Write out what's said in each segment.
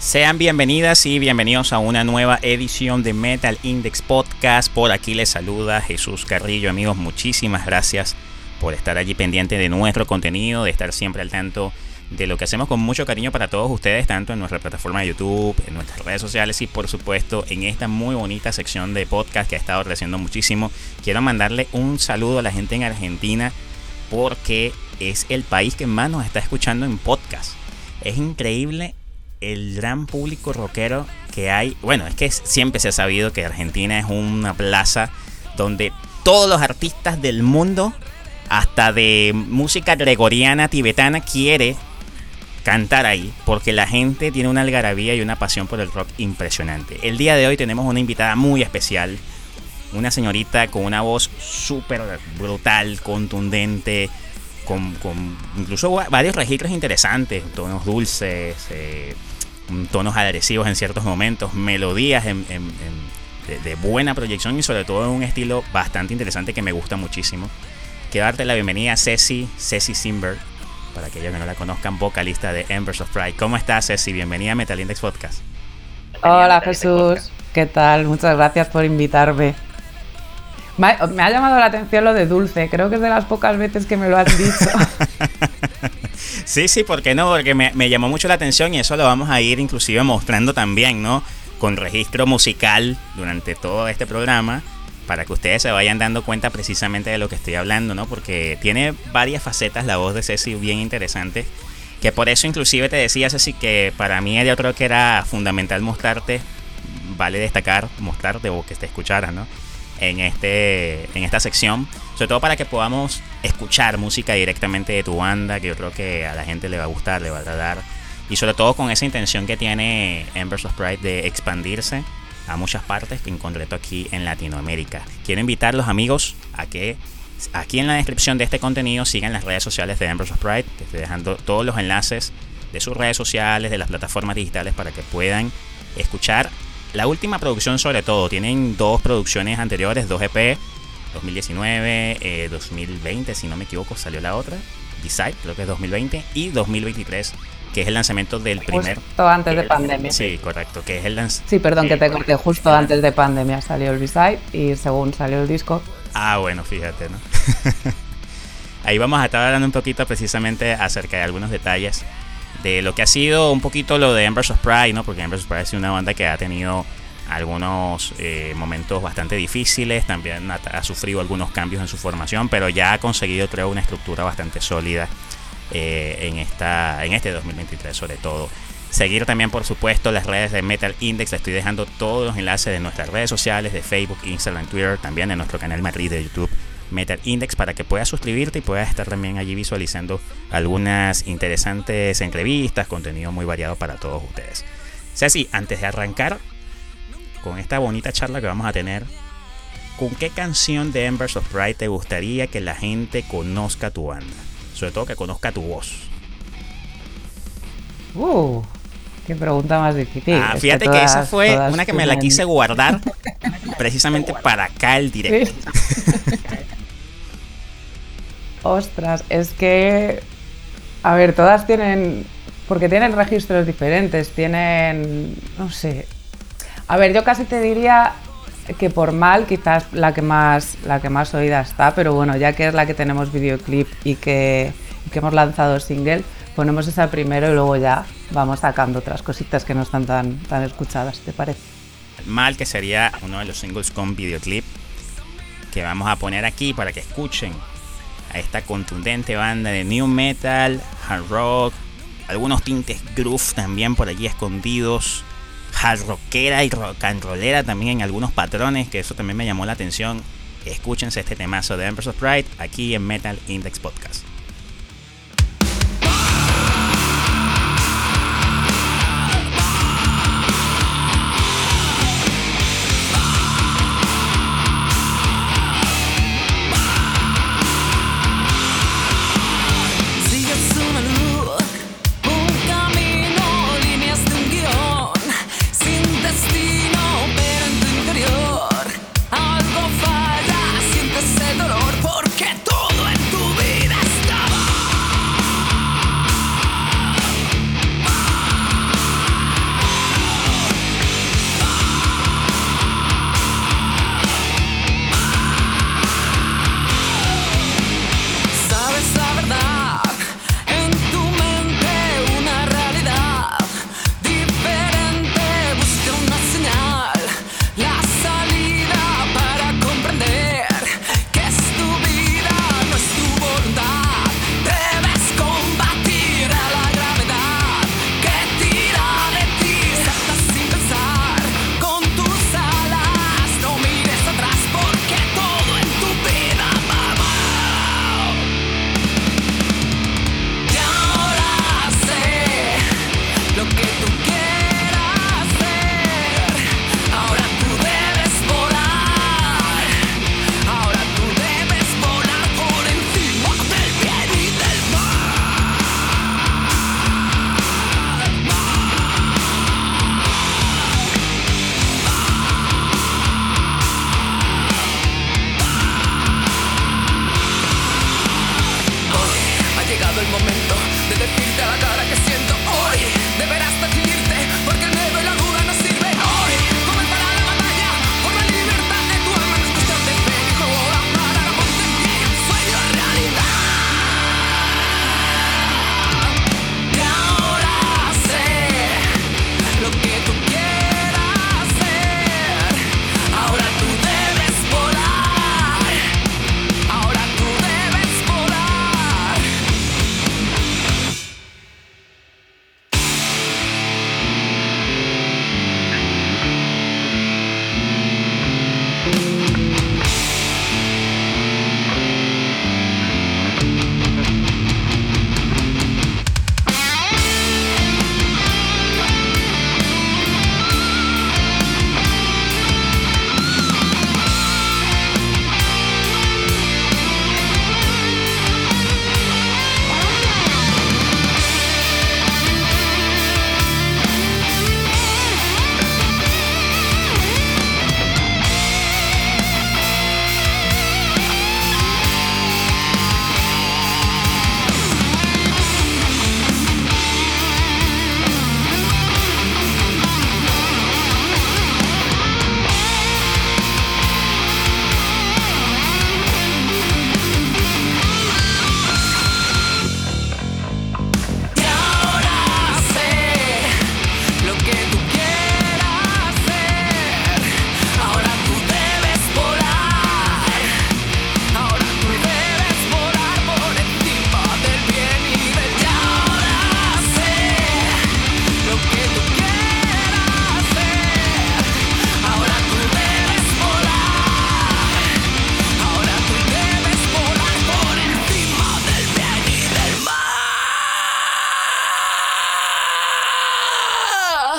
Sean bienvenidas y bienvenidos a una nueva edición de Metal Index Podcast. Por aquí les saluda Jesús Carrillo. Amigos, muchísimas gracias por estar allí pendiente de nuestro contenido, de estar siempre al tanto de lo que hacemos con mucho cariño para todos ustedes, tanto en nuestra plataforma de YouTube, en nuestras redes sociales y por supuesto en esta muy bonita sección de podcast que ha estado creciendo muchísimo. Quiero mandarle un saludo a la gente en Argentina porque es el país que más nos está escuchando en podcast. Es increíble el gran público rockero que hay. Bueno, es que siempre se ha sabido que Argentina es una plaza donde todos los artistas del mundo, hasta de música gregoriana tibetana, quiere cantar ahí, porque la gente tiene una algarabía y una pasión por el rock impresionante. El día de hoy tenemos una invitada muy especial, una señorita con una voz súper brutal, contundente, con incluso varios registros interesantes, tonos dulces, tonos agresivos en ciertos momentos, melodías de buena proyección y sobre todo en un estilo bastante interesante que me gusta muchísimo. Quiero darte la bienvenida a Ceci Simberg, para aquellos que no la conozcan, vocalista de Embers of Pride. ¿Cómo estás, Ceci? Bienvenida a Metal Index Podcast. Hola, Jesús, ¿qué tal? Muchas gracias por invitarme. Me ha llamado la atención lo de dulce, creo que es de las pocas veces que me lo han dicho. Sí, ¿por qué no? Porque me llamó mucho la atención y eso lo vamos a ir inclusive mostrando también, ¿no? Con registro musical durante todo este programa, para que ustedes se vayan dando cuenta precisamente de lo que estoy hablando, ¿no? Porque tiene varias facetas la voz de Ceci bien interesante, que por eso inclusive te decía, Ceci, que para mí yo creo que era fundamental mostrarte, vale destacar, mostrarte o que te escucharas, ¿no? En esta sección, sobre todo para que podamos escuchar música directamente de tu banda, que yo creo que a la gente le va a gustar, le va a agradar, y sobre todo con esa intención que tiene Embers of Pride de expandirse a muchas partes, en concreto aquí en Latinoamérica. Quiero invitar a los amigos a que aquí en la descripción de este contenido sigan las redes sociales de Embers of Pride, que estoy dejando todos los enlaces de sus redes sociales, de las plataformas digitales, para que puedan escuchar la última producción. Sobre todo tienen dos producciones anteriores, 2 EP, 2019, 2020 si no me equivoco salió la otra, Decide, creo que es 2020, y 2023, que es el lanzamiento del primer... Justo antes de pandemia. Sí, correcto, que es el lanzamiento... Sí, perdón, que te corté, justo antes de pandemia salió el Decide y según salió el disco... Ah, bueno, fíjate, ¿no? Ahí vamos a estar hablando un poquito precisamente acerca de algunos detalles de lo que ha sido un poquito lo de Embers of Pride, ¿no? Porque Embers of Pride es una banda que ha tenido algunos momentos bastante difíciles, también ha sufrido algunos cambios en su formación, pero ya ha conseguido, creo, una estructura bastante sólida en este 2023 sobre todo. Seguir también, por supuesto, las redes de Metal Index. Estoy dejando todos los enlaces de nuestras redes sociales, de Facebook, Instagram, Twitter, también de nuestro canal Madrid de YouTube, Metal Index, para que puedas suscribirte y puedas estar también allí visualizando algunas interesantes entrevistas, contenido muy variado para todos ustedes. Ceci, antes de arrancar con esta bonita charla que vamos a tener, ¿con qué canción de Embers of Pride te gustaría que la gente conozca tu banda? Sobre todo que conozca tu voz. Qué pregunta más difícil. Fíjate que esa fue una que me la quise guardar precisamente para acá el directo. Sí. Ostras, es que... A ver, todas tienen... Porque tienen registros diferentes, tienen... No sé... A ver, yo casi te diría que por mal quizás la que más oída está, pero bueno, ya que es la que tenemos videoclip y que hemos lanzado single, ponemos esa primero y luego ya vamos sacando otras cositas que no están tan escuchadas, ¿te parece? Mal, que sería uno de los singles con videoclip que vamos a poner aquí para que escuchen a esta contundente banda de new metal, hard rock, algunos tintes groove también por allí escondidos, hard rockera y rock and rollera también en algunos patrones, que eso también me llamó la atención. Escúchense este temazo de Embers of Pride aquí en Metal Index Podcast. Algo falla, sientes el dolor porque todo en tu vida está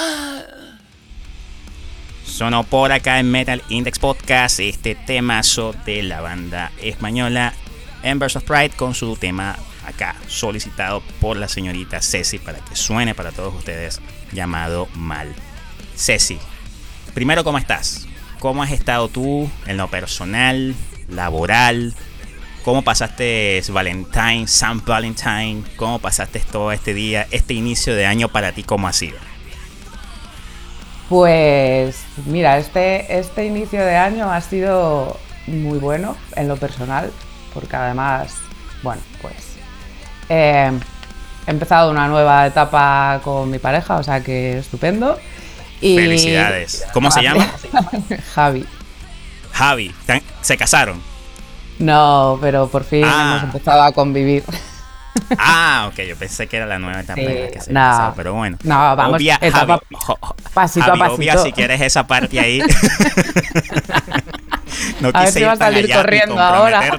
Sonó por acá en Metal Index Podcast este temazo de la banda española Embers of Pride con su tema acá solicitado por la señorita Ceci para que suene para todos ustedes, llamado Mal. Ceci, primero, ¿cómo estás? ¿Cómo has estado tú en lo personal, laboral? ¿Cómo pasaste Valentine, San Valentine? ¿Cómo pasaste todo este día, este inicio de año para ti? ¿Cómo ha sido? Pues mira, este inicio de año ha sido muy bueno en lo personal, porque además, bueno, pues he empezado una nueva etapa con mi pareja, o sea que estupendo. Y felicidades. ¿Cómo se llama? Javi. Javi. ¿Se casaron? No, pero por fin hemos empezado a convivir. Ok, yo pensé que era la nueva etapa en la que se no, pero bueno. No, vamos, obvia, etapa, pasito Javi, a pasito. obvia, si quieres esa parte ahí. No a ver si va a salir corriendo ahora.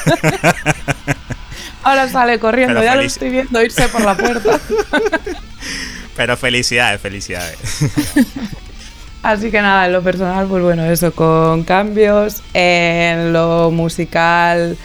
Ahora sale corriendo, pero ya lo estoy viendo irse por la puerta. Pero felicidades. Así que nada, en lo personal, pues bueno, eso, con cambios. En lo musical,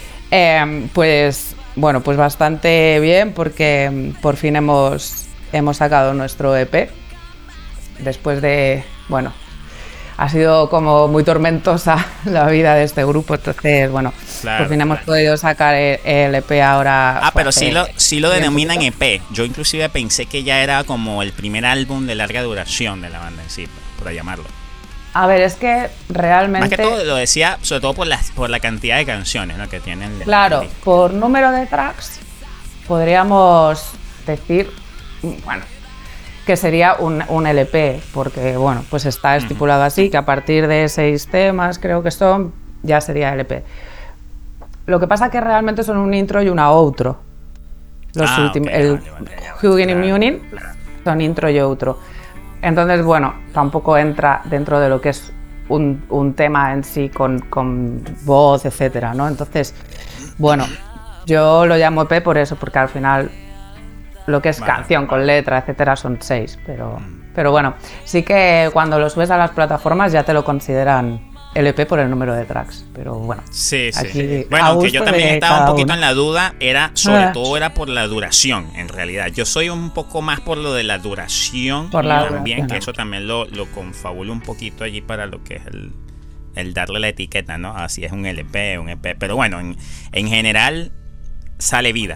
pues bueno, pues bastante bien, porque por fin hemos sacado nuestro EP. Después de, bueno, ha sido como muy tormentosa la vida de este grupo, entonces, bueno, por fin hemos podido sacar el EP ahora. Pero sí lo denominan EP. Yo inclusive pensé que ya era como el primer álbum de larga duración de la banda en sí, por llamarlo. A ver, es que realmente... Más que todo lo decía, sobre todo por la cantidad de canciones, ¿no?, que tienen. Claro, por número de tracks podríamos decir, bueno, que sería un LP, porque bueno, pues está estipulado así, que a partir de 6 temas, creo que son, ya sería LP. Lo que pasa es que realmente son un intro y una outro. Los últimos, el Hugging and Munin son intro y outro. Entonces, bueno, tampoco entra dentro de lo que es un tema en sí con voz, etcétera, ¿no? Entonces, bueno, yo lo llamo EP por eso, porque al final lo que es canción con letra, etcétera, son 6, pero bueno, sí que cuando lo subes a las plataformas ya te lo consideran LP por el número de tracks, pero bueno. Sí. Bueno, aunque yo también estaba un poquito en la duda, sobre todo era por la duración, en realidad. Yo soy un poco más por lo de la duración también, que eso también lo confabulo un poquito allí para lo que es el darle la etiqueta, ¿no? Así es un LP, un EP, pero bueno, en general sale vida.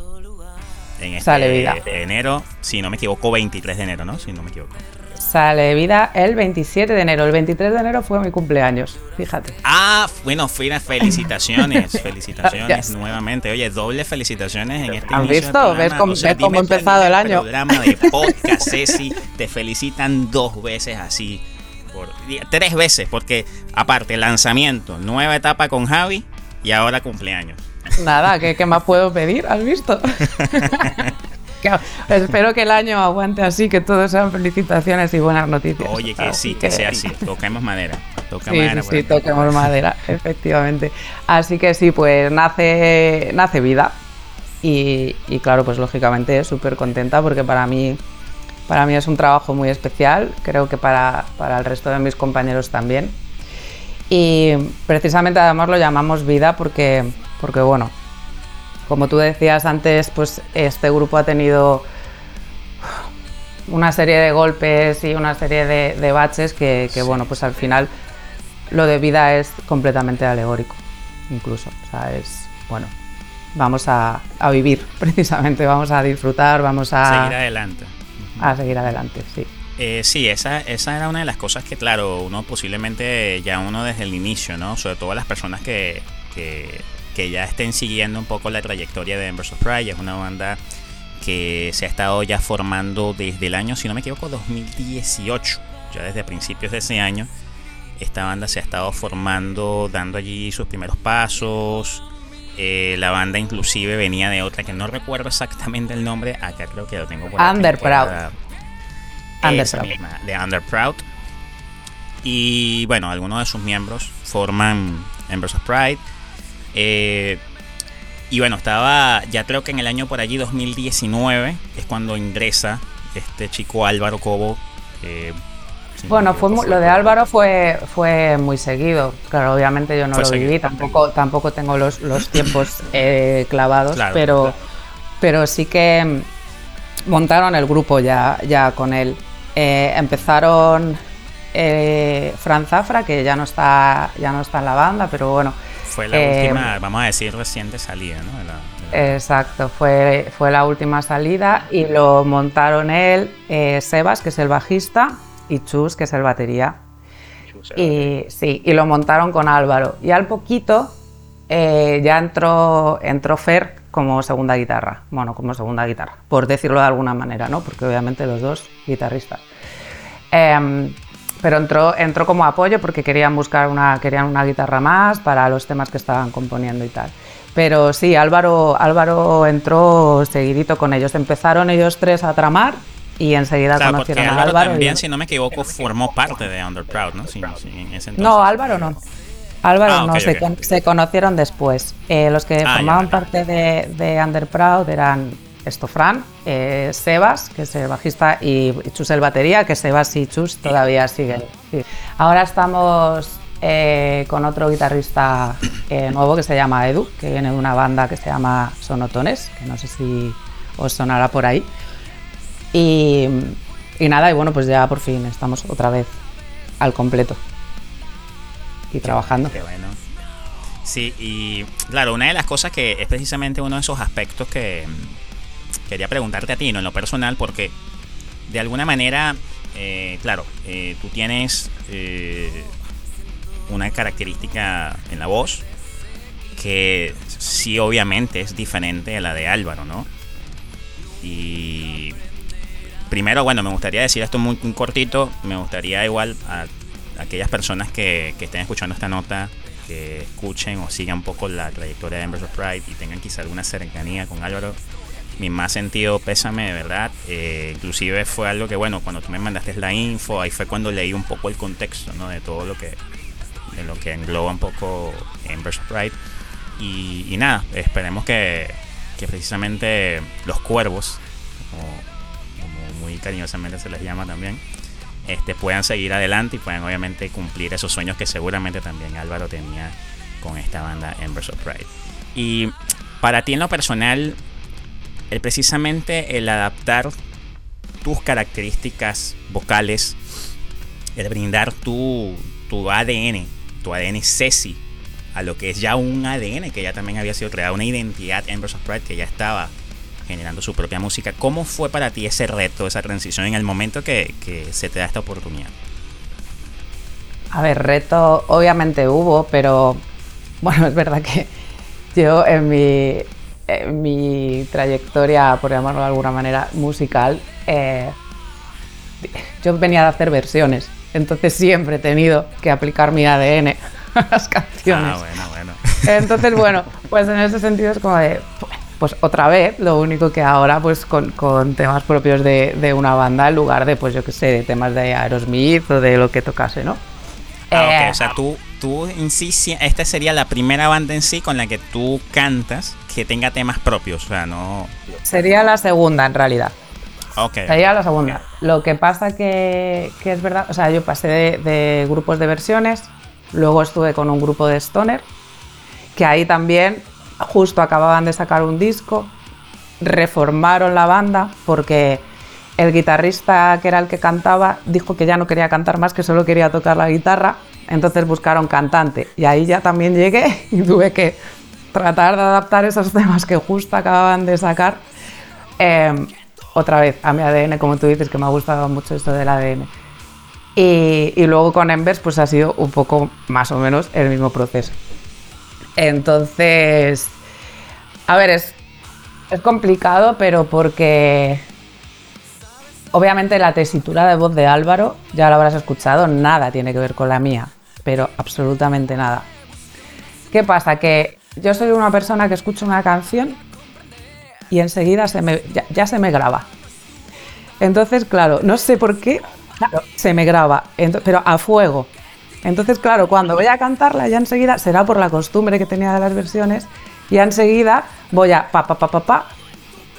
En sale vida. Enero, si no me equivoco, 23 de enero, ¿no? Si no me equivoco. Sale vida el 27 de enero. El 23 de enero fue mi cumpleaños, fíjate. Bueno, felicitaciones. Felicitaciones nuevamente. Oye, doble felicitaciones en este ¿Has visto? ¿Ves cómo ha empezado el año? Programa de podcast, Ceci, te felicitan 2 veces así. 3 veces, porque aparte, lanzamiento, nueva etapa con Javi y ahora cumpleaños. Nada, ¿qué más puedo pedir? ¿Has visto? Espero que el año aguante así, que todos sean felicitaciones y buenas noticias. Oye, que sí, que sea así. Toquemos madera. Sí, toquemos madera, efectivamente. Así que sí, pues nace vida. Y claro, pues lógicamente súper contenta, porque para mí es un trabajo muy especial. Creo que para el resto de mis compañeros también. Y precisamente además lo llamamos vida porque bueno, como tú decías antes, pues este grupo ha tenido una serie de golpes y una serie de baches que bueno, pues al final lo de vida es completamente alegórico, incluso. O sea, es, bueno, vamos a vivir, precisamente, vamos a disfrutar, vamos a seguir adelante. A seguir adelante, sí. Sí, esa era una de las cosas que, claro, uno posiblemente ya desde el inicio, ¿no? Sobre todo las personas que ya estén siguiendo un poco la trayectoria de Embers of Pride. Es una banda que se ha estado ya formando desde el año, si no me equivoco, 2018. Ya desde principios de ese año esta banda se ha estado formando, dando allí sus primeros pasos. La banda inclusive venía de otra que no recuerdo exactamente el nombre. Acá creo que lo tengo por aquí. Underproud. Esa misma, de Underproud. Y bueno, algunos de sus miembros forman Embers of Pride. Y bueno, ya creo que en el año por allí 2019 es cuando ingresa este chico Álvaro Cobo Bueno, lo de Álvaro fue muy seguido. Claro, obviamente yo no lo viví, tampoco tengo los tiempos clavados, claro. Pero sí que montaron el grupo ya con él. Empezaron Fran Zafra, que ya no está en la banda, pero bueno. Fue la última, vamos a decir, reciente salida, ¿no? Exacto, fue la última salida y lo montaron él, Sebas, que es el bajista, y Chus, que es el batería. Y lo montaron con Álvaro. Y al poquito ya entró Fer como segunda guitarra. Bueno, como segunda guitarra, por decirlo de alguna manera, ¿no? Porque obviamente los dos guitarristas. Pero entró como apoyo porque querían una guitarra más para los temas que estaban componiendo y tal. Pero sí, Álvaro entró seguidito con ellos. Empezaron ellos tres a tramar y enseguida conocieron a Álvaro. También, si no me equivoco, formó parte de Underproud, ¿no? Sí, en ese entonces. No, Álvaro no. Se conocieron después. Los que formaban parte de Underproud eran Fran, Sebas, que es el bajista, y Chus el batería, que Sebas y Chus todavía siguen. Sí. Ahora estamos con otro guitarrista nuevo que se llama Edu, que viene de una banda que se llama Sonotones, que no sé si os sonará por ahí. Y nada, y bueno, pues ya por fin estamos otra vez al completo y trabajando. Qué bueno. Sí, y claro, una de las cosas que es precisamente uno de esos aspectos que quería preguntarte a ti, ¿no? En lo personal, porque de alguna manera, tú tienes una característica en la voz que sí obviamente es diferente a la de Álvaro, ¿no? Y primero, bueno, me gustaría decir esto muy cortito. Me gustaría igual a aquellas personas que estén escuchando esta nota, que escuchen o sigan un poco la trayectoria de Embers of Pride y tengan quizá alguna cercanía con Álvaro, mi más sentido pésame, de verdad. Inclusive fue algo que, bueno, cuando tú me mandaste la info, ahí fue cuando leí un poco el contexto, ¿no? De todo lo que engloba un poco Embers of Pride. Y nada, esperemos que precisamente los cuervos, como muy cariñosamente se les llama también, puedan seguir adelante y puedan obviamente cumplir esos sueños que seguramente también Álvaro tenía con esta banda Embers of Pride. Y para ti en lo personal, precisamente el adaptar tus características vocales, el brindar tu ADN Ceci a lo que es ya un ADN que ya también había sido creado, una identidad Embers of Pride que ya estaba generando su propia música. ¿Cómo fue para ti ese reto, esa transición en el momento que se te da esta oportunidad? A ver, reto obviamente hubo, pero bueno, es verdad que yo en mi trayectoria, por llamarlo de alguna manera, musical, yo venía de hacer versiones, entonces siempre he tenido que aplicar mi ADN a las canciones. Bueno. Entonces, bueno, pues en ese sentido es como de, pues otra vez, lo único que ahora pues con temas propios de una banda en lugar de, pues yo qué sé, de temas de Aerosmith o de lo que tocase, ¿no? Okay. O sea, tú en sí, esta sería la primera banda en sí con la que tú cantas que tenga temas propios, o sea, no... Sería la segunda, en realidad. Okay. Sería la segunda. Lo que pasa que es verdad, o sea, yo pasé de grupos de versiones, luego estuve con un grupo de stoner, que ahí también justo acababan de sacar un disco, reformaron la banda porque el guitarrista, que era el que cantaba, dijo que ya no quería cantar más, que solo quería tocar la guitarra, entonces buscaron cantante y ahí ya también llegué y tuve que tratar de adaptar esos temas que justo acababan de sacar otra vez a mi ADN, como tú dices, que me ha gustado mucho esto del ADN. Y luego con Embers pues ha sido un poco más o menos el mismo proceso. Entonces, a ver, es complicado, pero porque obviamente la tesitura de voz de Álvaro, ya lo habrás escuchado, nada tiene que ver con la mía, pero absolutamente nada. ¿Qué pasa? Que yo soy una persona que escucha una canción y enseguida ya se me graba. Entonces, claro, no sé por qué, claro, se me graba, pero a fuego. Entonces, claro, cuando voy a cantarla ya enseguida, será por la costumbre que tenía de las versiones, ya enseguida voy a pa,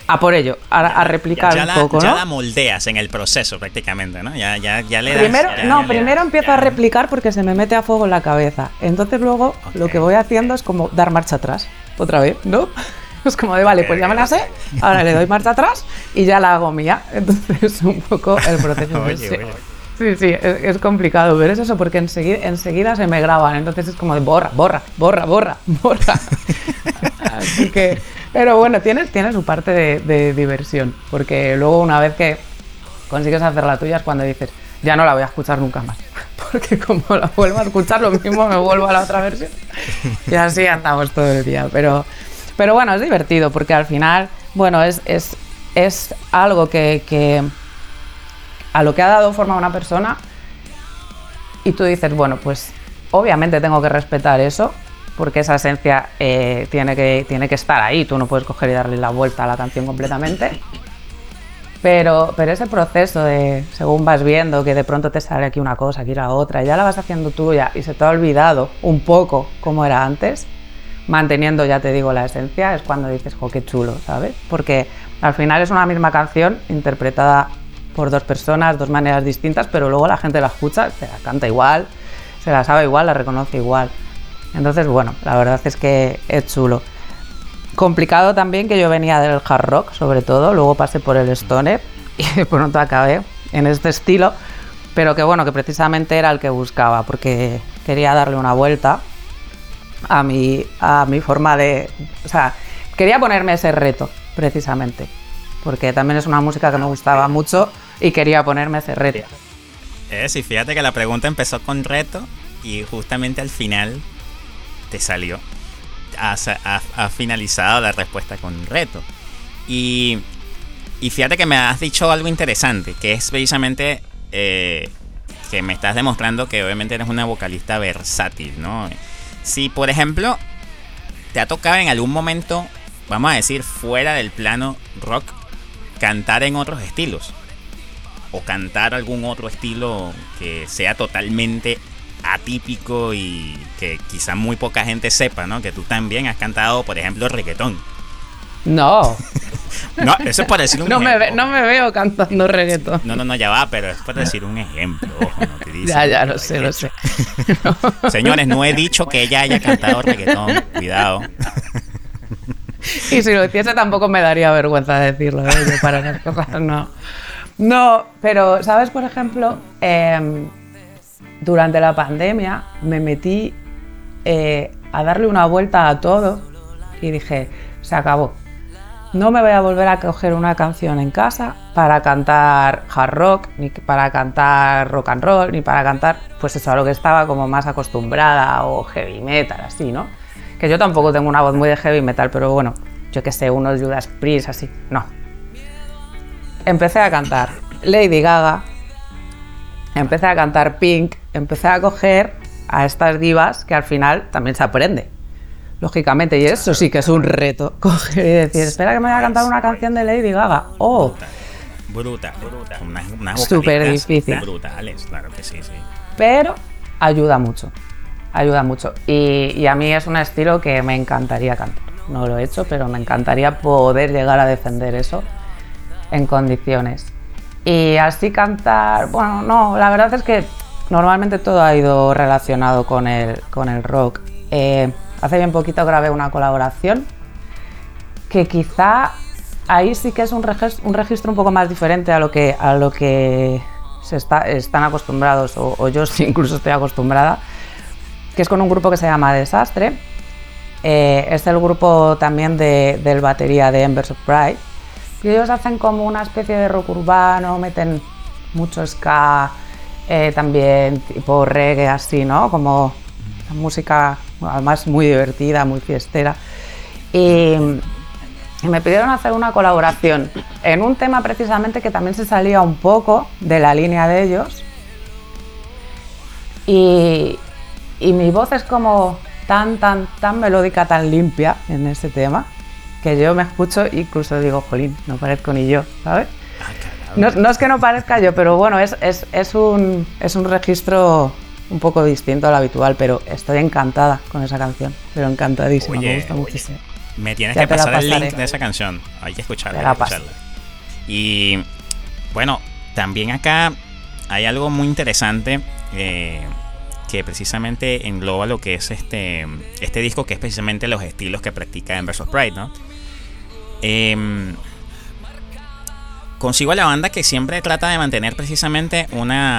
a por ello, a replicar un poco, ¿no? Ya la moldeas en el proceso prácticamente, ¿no? Ya le das... Primero empiezo a replicar porque se me mete a fuego en la cabeza. Entonces luego lo que voy haciendo es como dar marcha atrás, otra vez, ¿no? Es como de, vale, pues ya me la sé, ahora le doy marcha atrás y ya la hago mía. Entonces es un poco el proceso. Oye. Sí, es complicado, pero es eso, porque enseguida se me graban, entonces es como de borra. Así que, pero bueno, tiene su parte de diversión, porque luego una vez que consigues hacer la tuya es cuando dices, ya no la voy a escuchar nunca más, porque como la vuelvo a escuchar, lo mismo me vuelvo a la otra versión, y así andamos todo el día, pero bueno, es divertido, porque al final, bueno, es algo que a lo que ha dado forma una persona y tú dices, bueno, pues obviamente tengo que respetar eso porque esa esencia tiene que estar ahí, tú no puedes coger y darle la vuelta a la canción completamente, pero ese proceso de según vas viendo que de pronto te sale aquí una cosa, aquí la otra, y ya la vas haciendo tuya y se te ha olvidado un poco cómo era antes, manteniendo, ya te digo, la esencia, es cuando dices, jo, qué chulo, ¿sabes? Porque al final es una misma canción interpretada por dos personas, dos maneras distintas, pero luego la gente la escucha, se la canta igual, se la sabe igual, la reconoce igual. Entonces, bueno, la verdad es que es chulo. Complicado también que yo venía del hard rock, sobre todo, luego pasé por el stoner y de pronto acabé en este estilo, pero que bueno, que precisamente era el que buscaba, porque quería darle una vuelta a mi forma de... O sea, quería ponerme ese reto, precisamente, porque también es una música que me gustaba mucho y quería ponerme ese reto. Sí, fíjate que la pregunta empezó con reto y justamente al final te salió. Has finalizado la respuesta con reto. Y fíjate que me has dicho algo interesante, que es precisamente que me estás demostrando que obviamente eres una vocalista versátil, ¿no? Si, por ejemplo, te ha tocado en algún momento, vamos a decir, fuera del plano rock, cantar en otros estilos, o cantar algún otro estilo que sea totalmente atípico y que quizá muy poca gente sepa, ¿no? Que tú también has cantado, por ejemplo, reggaetón. No. No, eso es por decir un ejemplo. No me veo cantando reggaetón. No, ya va, pero es por decir un ejemplo. Ojo, no te dice, ya, lo sé. No. Señores, no he dicho que ella haya cantado reggaetón. Cuidado. Y si lo hiciese tampoco me daría vergüenza decirlo, ¿eh? Yo para esas cosas no. No, pero, ¿sabes? Por ejemplo, durante la pandemia me metí a darle una vuelta a todo y dije, se acabó. No me voy a volver a coger una canción en casa para cantar hard rock, ni para cantar rock and roll, ni para cantar, pues eso, a lo que estaba como más acostumbrada, o heavy metal, así, ¿no? Que yo tampoco tengo una voz muy de heavy metal, pero bueno, yo qué sé, unos Judas Priest, así, no. Empecé a cantar Lady Gaga, empecé a cantar Pink, empecé a coger a estas divas que al final también se aprende, lógicamente, y eso sí que es un reto, coger y decir, espera que me voy a cantar una canción de Lady Gaga, oh, bruta, unas súper difícil, brutales, claro que sí. Pero ayuda mucho, y a mí es un estilo que me encantaría cantar, no lo he hecho, pero me encantaría poder llegar a defender eso en condiciones. Y así cantar, bueno, no, la verdad es que normalmente todo ha ido relacionado con el rock. Hace bien poquito grabé una colaboración que quizá ahí sí que es un registro un poco más diferente a lo que están acostumbrados, o yo sí incluso estoy acostumbrada, que es con un grupo que se llama Desastre. Es el grupo también del batería de Embers of Pride, y ellos hacen como una especie de rock urbano, meten mucho ska, también tipo reggae, así, ¿no? Como música además muy divertida, muy fiestera, y me pidieron hacer una colaboración en un tema precisamente que también se salía un poco de la línea de ellos, y mi voz es como tan melódica, tan limpia en ese tema, que yo me escucho e incluso digo, jolín, no parezco ni yo, ¿sabes? No es que no parezca yo, pero bueno, es un registro un poco distinto al habitual, pero estoy encantada con esa canción, pero encantadísima, me gusta muchísimo. Me tienes Ya que te la pasar el link pasaré. de esa canción. Hay que escucharla, Te hay la que paso. escucharla. Y bueno, también acá hay algo muy interesante que precisamente engloba lo que es este disco, que es precisamente los estilos que practica Embers of Pride, ¿no? Consigo a la banda que siempre trata de mantener precisamente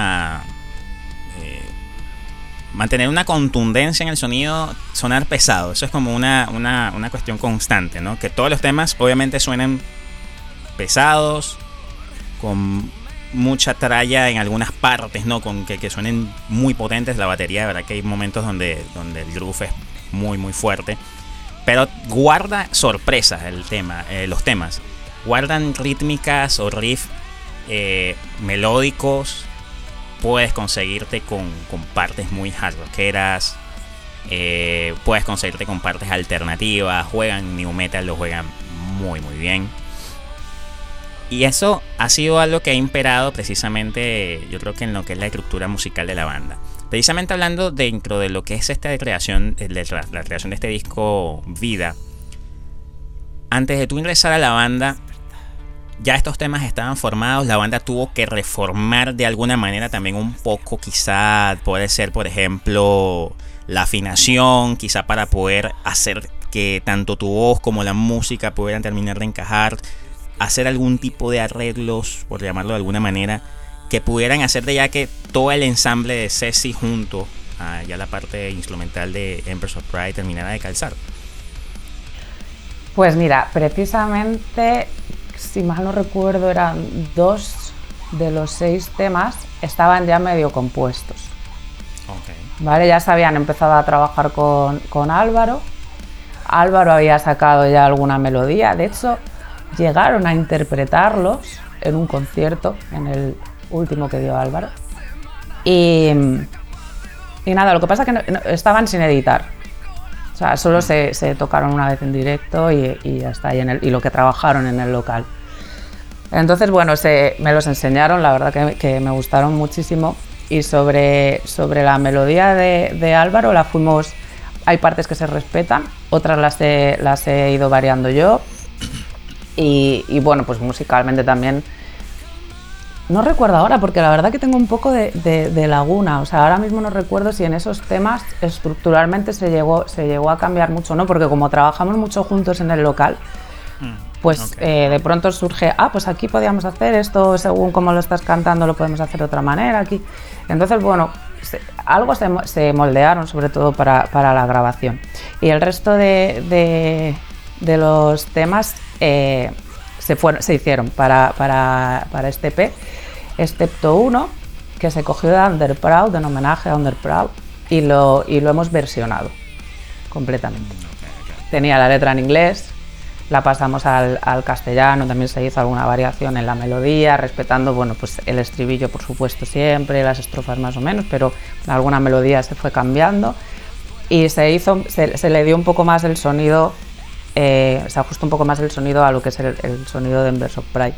mantener una contundencia en el sonido, sonar pesado. Eso es como una cuestión constante, ¿no? Que todos los temas obviamente suenen pesados, con mucha tralla en algunas partes, ¿no? Con que suenen muy potentes. La batería, de verdad que hay momentos donde el groove es muy muy fuerte, pero guarda sorpresas los temas. Guardan rítmicas o riffs melódicos. Puedes conseguirte con partes muy hard rockeras. Puedes conseguirte con partes alternativas. Juegan new metal, lo juegan muy muy bien. Y eso ha sido algo que ha imperado precisamente, yo creo que en lo que es la estructura musical de la banda. Precisamente hablando dentro de lo que es esta creación, la creación de este disco Vida. Antes de tú ingresar a la banda, ya estos temas estaban formados. La banda tuvo que reformar de alguna manera también un poco, quizá puede ser, por ejemplo, la afinación, quizá para poder hacer que tanto tu voz como la música pudieran terminar de encajar, hacer algún tipo de arreglos, por llamarlo de alguna manera, que pudieran hacer de ya que todo el ensamble de Ceci junto a ya la parte instrumental de Embers of Pride terminara de calzar. Pues mira, precisamente, si mal no recuerdo, eran 2 de los 6 temas estaban ya medio compuestos. Okay. ¿Vale? Ya se habían empezado a trabajar con Álvaro. Álvaro había sacado ya alguna melodía. De hecho, llegaron a interpretarlos en un concierto, en el último que dio Álvaro. Y nada, lo que pasa es que estaban sin editar. O sea, solo se tocaron una vez en directo y ya está, y lo que trabajaron en el local. Entonces, bueno, me los enseñaron, la verdad que me gustaron muchísimo. Y sobre la melodía de Álvaro, hay partes que se respetan, otras las he ido variando yo. Y bueno, pues musicalmente también. No recuerdo ahora, porque la verdad que tengo un poco de laguna. O sea, ahora mismo no recuerdo si en esos temas estructuralmente se llegó a cambiar mucho, ¿no? Porque como trabajamos mucho juntos en el local, pues okay. De pronto surge, pues aquí podíamos hacer esto, según como lo estás cantando lo podemos hacer de otra manera aquí. Entonces, bueno, algo se moldearon, sobre todo para la grabación. Y el resto de los temas se hicieron para este EP, excepto uno que se cogió de Underproud, en homenaje a Underproud, y lo hemos versionado completamente. Tenía la letra en inglés, la pasamos al castellano, también se hizo alguna variación en la melodía, respetando, bueno, pues el estribillo, por supuesto, siempre, las estrofas más o menos, pero alguna melodía se fue cambiando y se le dio un poco más el sonido. Se ajustó un poco más el sonido a lo que es el sonido de Embers of Pride.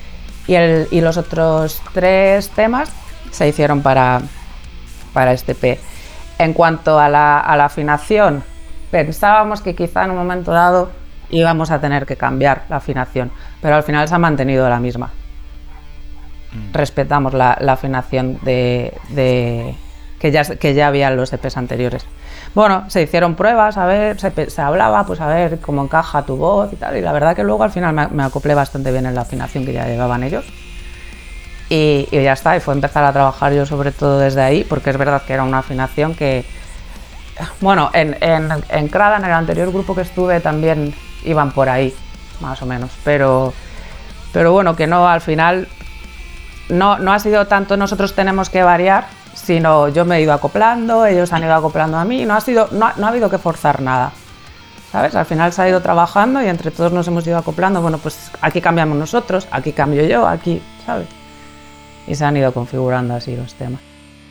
Y los otros 3 temas se hicieron para este EP. En cuanto a la afinación, pensábamos que quizá en un momento dado íbamos a tener que cambiar la afinación, pero al final se ha mantenido la misma. Respetamos la afinación que ya había en los EPs anteriores. Bueno, se hicieron pruebas, a ver, se hablaba, pues a ver cómo encaja tu voz y tal, y la verdad que luego al final me acoplé bastante bien en la afinación que ya llevaban ellos. Y ya está, y fue empezar a trabajar yo sobre todo desde ahí, porque es verdad que era una afinación que, bueno, en Crada, en el anterior grupo que estuve, también iban por ahí, más o menos, pero bueno, que no, al final no ha sido tanto nosotros tenemos que variar, sino yo me he ido acoplando, ellos han ido acoplando a mí, no ha habido que forzar nada, ¿sabes? Al final se ha ido trabajando y entre todos nos hemos ido acoplando, bueno, pues aquí cambiamos nosotros, aquí cambio yo, aquí, ¿sabes? Y se han ido configurando así los temas.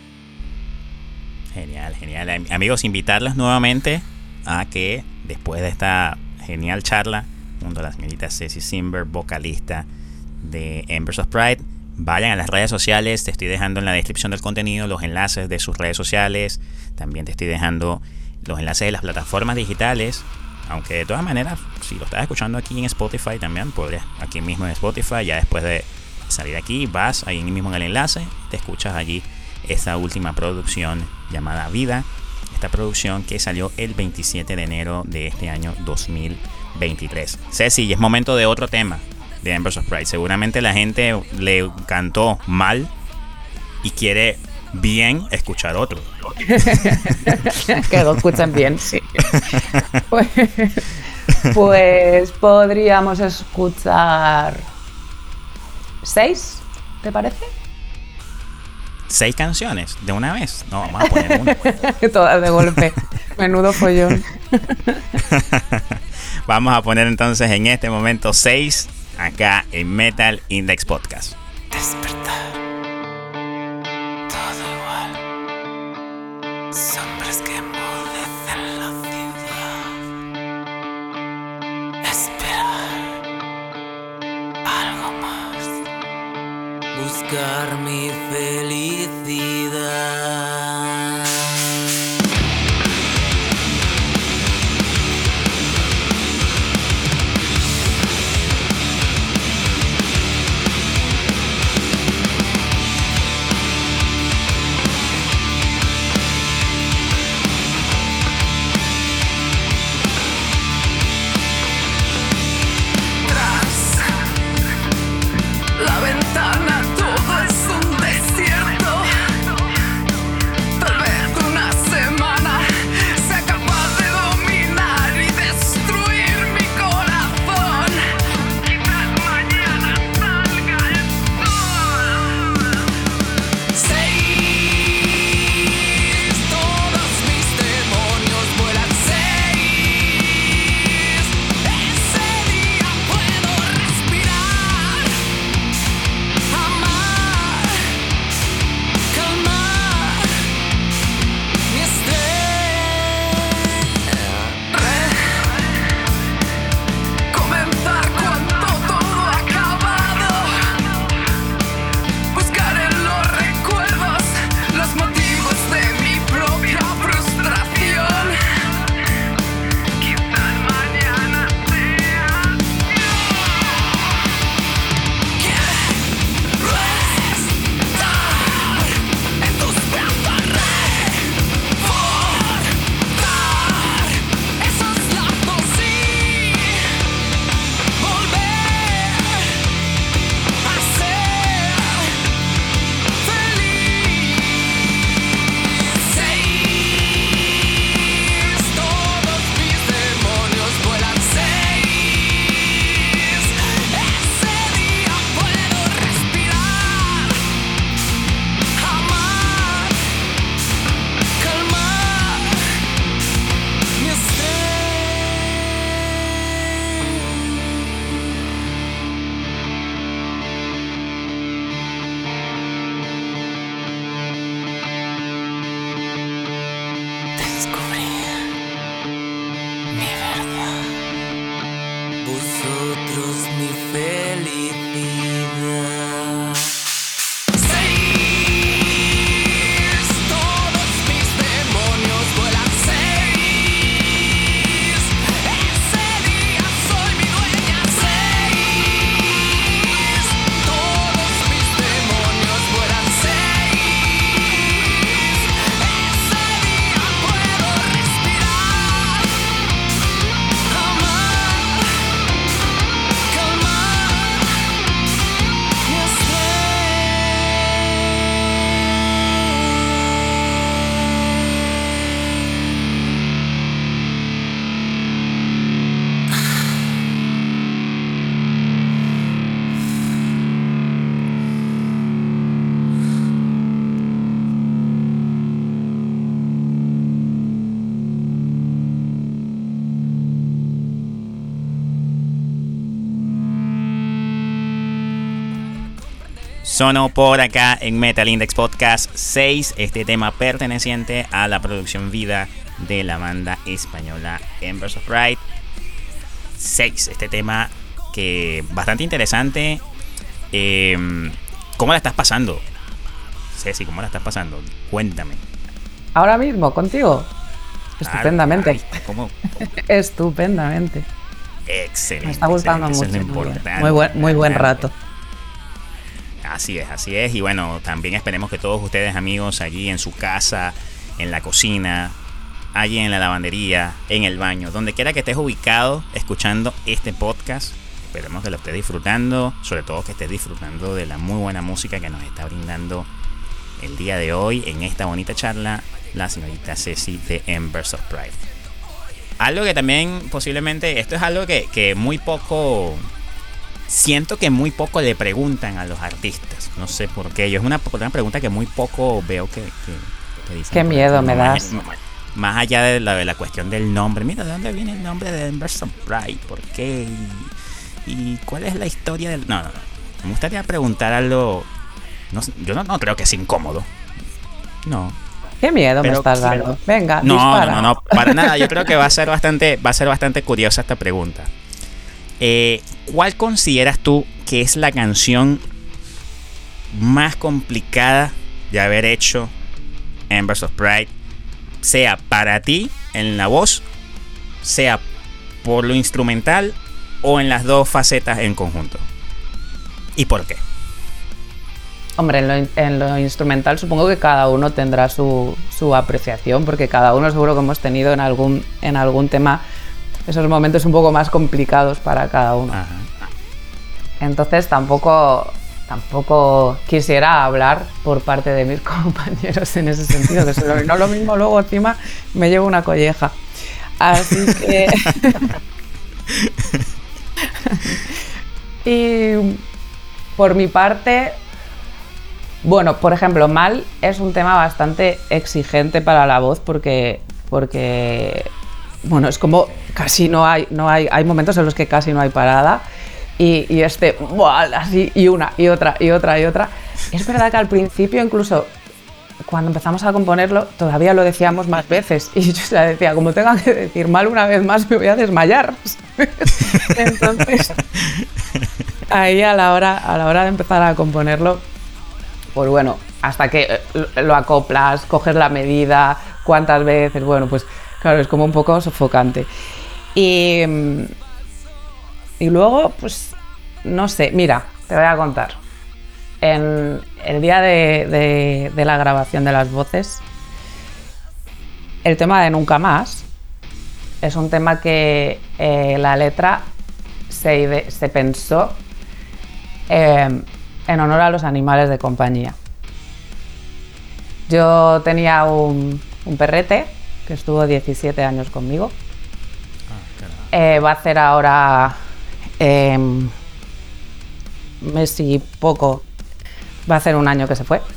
Genial, genial. Amigos, invitarlos nuevamente a que después de esta genial charla junto a la señorita Ceci Simber, vocalista de Embers of Pride, vayan a las redes sociales. Te estoy dejando en la descripción del contenido los enlaces de sus redes sociales. También te estoy dejando los enlaces de las plataformas digitales Aunque de todas maneras, si lo estás escuchando aquí en Spotify también, podrías, aquí mismo en Spotify, ya después de salir aquí, vas ahí mismo en el enlace, te escuchas allí esta última producción llamada Vida. Esta producción que salió el 27 de enero de este año 2023. Ceci, y es momento de otro tema de Embers of Pride. Seguramente la gente le cantó mal y quiere bien escuchar otro. Que lo escuchan bien, sí. Pues podríamos escuchar 6, ¿te parece? 6 canciones de una vez. No, vamos a poner una. Todas de golpe. Menudo follón. Vamos a poner entonces en este momento 6 acá en Metal Index Podcast. Despertar. Todo igual. Sombras que enmudecen la ciudad. Esperar. Algo más. Buscar mi felicidad. La ventana todo es un desierto. Tal vez una semana sea capaz de dominar y destruir mi corazón. Quizás mañana salga el sol. 6, todos mis demonios vuelan. 6, ese día puedo respirar. Amar, calmar mi estrés. Comenzar cuando todo ha acabado. Buscar en los recuerdos los motivos de mi propia frustración. Quizás mañana sea estar en tus brazos, reforzar esos lazos y volver a ser feliz. 6, todos mis demonios vuelan. 6, ese día puedo respirar. Amar, calmar mi descubrir mi verdad. Vosotros mi felicidad. 6, todos mis demonios vuelan. 6, ese día soy mi dueña. 6, todos mis demonios vuelan. 6, ese día puedo respirar. Amar, calmar mi Sonó por acá en Metal Index Podcast 6, este tema perteneciente a la producción Vida de la banda española Embers of Pride. 6, este tema que bastante interesante. ¿Cómo la estás pasando? Ceci, ¿cómo la estás pasando? Cuéntame. Ahora mismo, contigo. Estupendamente. Ay, ¿cómo? Estupendamente. Excelente. Me está gustando excelente, mucho. eso es lo Muy importante. muy buen rato. Así es. Y bueno, también esperemos que todos ustedes, amigos, allí en su casa, en la cocina, allí en la lavandería, en el baño, donde quiera que estés ubicado escuchando este podcast, esperemos que lo estés disfrutando, sobre todo que estés disfrutando de la muy buena música que nos está brindando el día de hoy en esta bonita charla la señorita Ceci de Embers of Pride. Algo que también posiblemente, esto es algo que muy poco, siento que muy poco le preguntan a los artistas, no sé por qué, yo es una pregunta que muy poco veo que dicen. Qué miedo me das. Más allá de la cuestión del nombre, mira, ¿de dónde viene el nombre de Embers of Pride? ¿Por qué? ¿Y cuál es la historia del...? No. Me gustaría preguntar algo... No, yo no creo que sea incómodo. No. Qué miedo me estás dando. Venga, dispara. No, para nada. Yo creo que va a ser bastante curiosa esta pregunta. ¿Cuál consideras tú que es la canción más complicada de haber hecho Embers of Pride? Sea para ti en la voz, sea por lo instrumental o en las dos facetas en conjunto. ¿Y por qué? Hombre, en lo instrumental supongo que cada uno tendrá su apreciación, porque cada uno seguro que hemos tenido en algún tema esos momentos un poco más complicados para cada uno. Ajá. Entonces tampoco quisiera hablar por parte de mis compañeros en ese sentido, que no lo mismo luego encima me llevo una colleja. Así que... Y por mi parte, bueno, por ejemplo, Mal es un tema bastante exigente para la voz porque bueno, es como casi hay momentos en los que casi no hay parada y ¡buah! Así y una y otra. Es verdad que al principio incluso cuando empezamos a componerlo todavía lo decíamos más veces y yo ya decía, como tenga que decir Mal una vez más me voy a desmayar. Entonces ahí a la hora de empezar a componerlo, pues bueno, hasta que lo acoplas, coges la medida, cuántas veces, bueno, pues claro, es como un poco sofocante. Y luego, pues, no sé, mira, te voy a contar. En el día de la grabación de las voces, el tema de Nunca Más es un tema que la letra se pensó en honor a los animales de compañía. Yo tenía un perrete que estuvo 17 años conmigo. Va a hacer ahora mes y poco, va a hacer un año que se fue.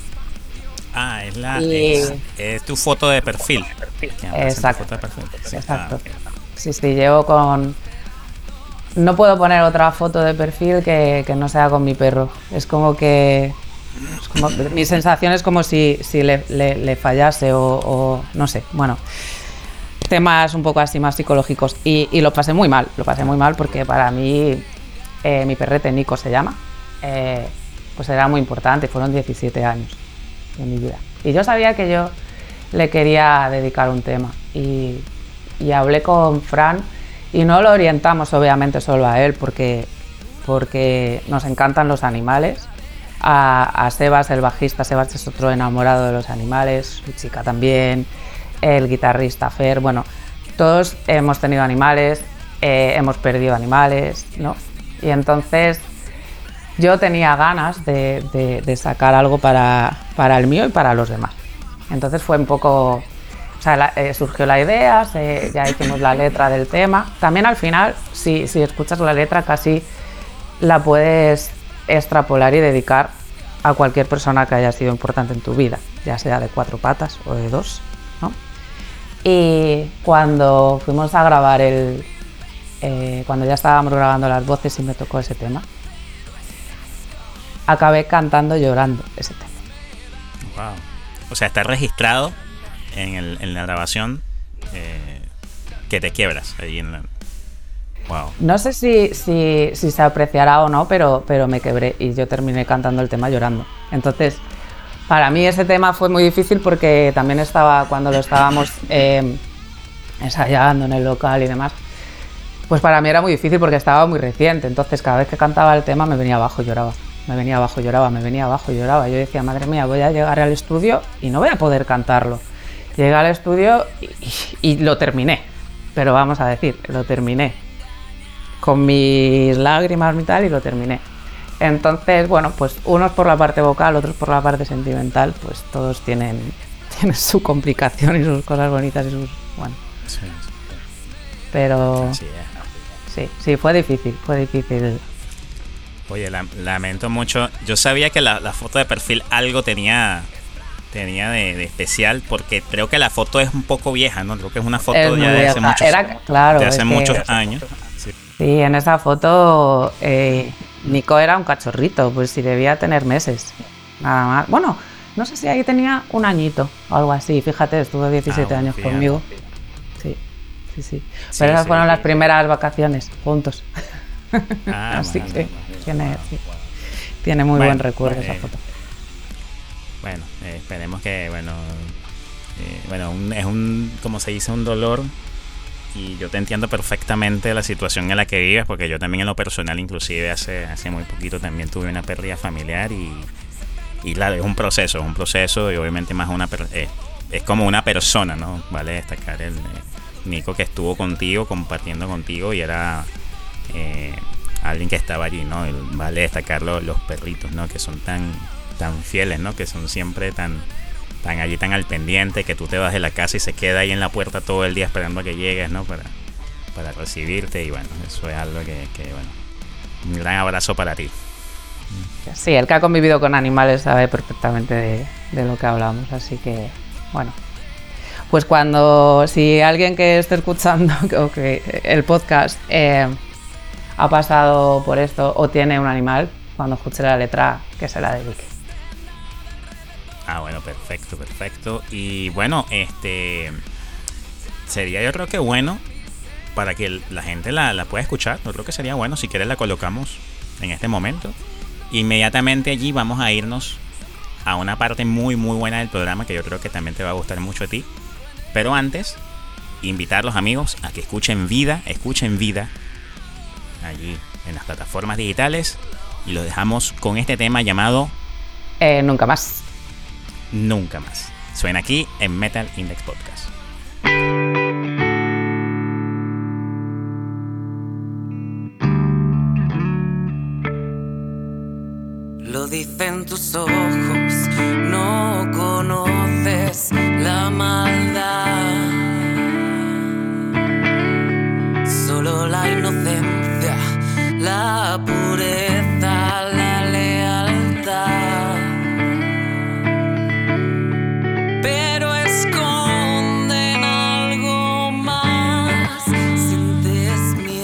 Es tu foto de perfil. Exacto. Foto de perfil. Sí. Exacto. Sí, llevo con... No puedo poner otra foto de perfil que no sea con mi perro. Es como que... mi sensación es como si le fallase o no sé, bueno, temas un poco así más psicológicos y lo pasé muy mal porque para mí mi perrete Nico se llama, pues era muy importante, fueron 17 años de mi vida y yo sabía que yo le quería dedicar un tema y hablé con Fran y no lo orientamos obviamente solo a él porque nos encantan los animales. A Sebas, el bajista, Sebas es otro enamorado de los animales, su chica también, el guitarrista Fer, bueno, todos hemos tenido animales, hemos perdido animales, ¿no? Y entonces yo tenía ganas de sacar algo para el mío y para los demás. Entonces fue un poco, o sea, surgió la idea, ya hicimos la letra del tema. También al final, si escuchas la letra, casi la puedes extrapolar y dedicar a cualquier persona que haya sido importante en tu vida, ya sea de 4 patas o de 2, ¿no? Y cuando fuimos a grabar cuando ya estábamos grabando las voces y me tocó ese tema, acabé cantando llorando ese tema. Wow. O sea, está registrado en la grabación que te quiebras ahí en la... Wow. No sé si se apreciará o no, pero me quebré y yo terminé cantando el tema llorando. Entonces, para mí ese tema fue muy difícil porque también estaba, cuando lo estábamos ensayando en el local y demás, pues para mí era muy difícil porque estaba muy reciente. Entonces cada vez que cantaba el tema me venía abajo y lloraba. Me venía abajo y lloraba, me venía abajo y lloraba. Yo decía, madre mía, voy a llegar al estudio y no voy a poder cantarlo. Llegué al estudio y lo terminé. Pero vamos a decir, lo terminé. Con mis lágrimas y tal, y lo terminé. Entonces, bueno, pues unos por la parte vocal, otros por la parte sentimental, pues todos tienen su complicación y sus cosas bonitas y sus... bueno. Sí. Pero Así es. sí, fue difícil. Oye, lamento mucho. Yo sabía que la foto de perfil algo tenía de especial, porque creo que la foto es un poco vieja, ¿no? Creo que es una foto ya de hace muchos años. Sí, en esa foto Nico era un cachorrito, pues sí debía tener meses, nada más. Bueno, no sé si ahí tenía un añito o algo así, fíjate, estuvo 17 años conmigo. Sí. Pero esas fueron las primeras vacaciones juntos. Así que tiene muy buen recuerdo esa foto. Bueno, esperemos que, es como se dice, un dolor, y yo te entiendo perfectamente la situación en la que vives, porque yo también en lo personal, inclusive hace muy poquito también tuve una pérdida familiar y claro, es un proceso y obviamente más es como una persona, ¿no? Vale destacar el Nico que estuvo contigo, compartiendo contigo, y era alguien que estaba allí, ¿no? Vale destacar los perritos, ¿no? Que son tan fieles, ¿no? Que son siempre tan allí, tan al pendiente, que tú te vas de la casa y se queda ahí en la puerta todo el día esperando a que llegues, ¿no? Para recibirte, y bueno, eso es algo que un gran abrazo para ti. Sí, el que ha convivido con animales sabe perfectamente de lo que hablamos, así que, bueno. Pues si alguien que esté escuchando o que el podcast ha pasado por esto o tiene un animal, cuando escuche la letra, que se la dedique. Bueno, perfecto. Y bueno, sería, yo creo que bueno, para que la gente la pueda escuchar. Yo creo que sería bueno, si quieres la colocamos en este momento. Inmediatamente allí vamos a irnos a una parte muy muy buena del programa, que yo creo que también te va a gustar mucho a ti. Pero antes, invitar a los amigos a que escuchen Vida allí en las plataformas digitales, y los dejamos con este tema llamado Nunca Más. Nunca Más. Suena aquí en Metal Index Podcast. Lo dicen tus ojos, no conoces la maldad, solo la inocencia, la pureza, la lealtad. Pero esconden algo más, sientes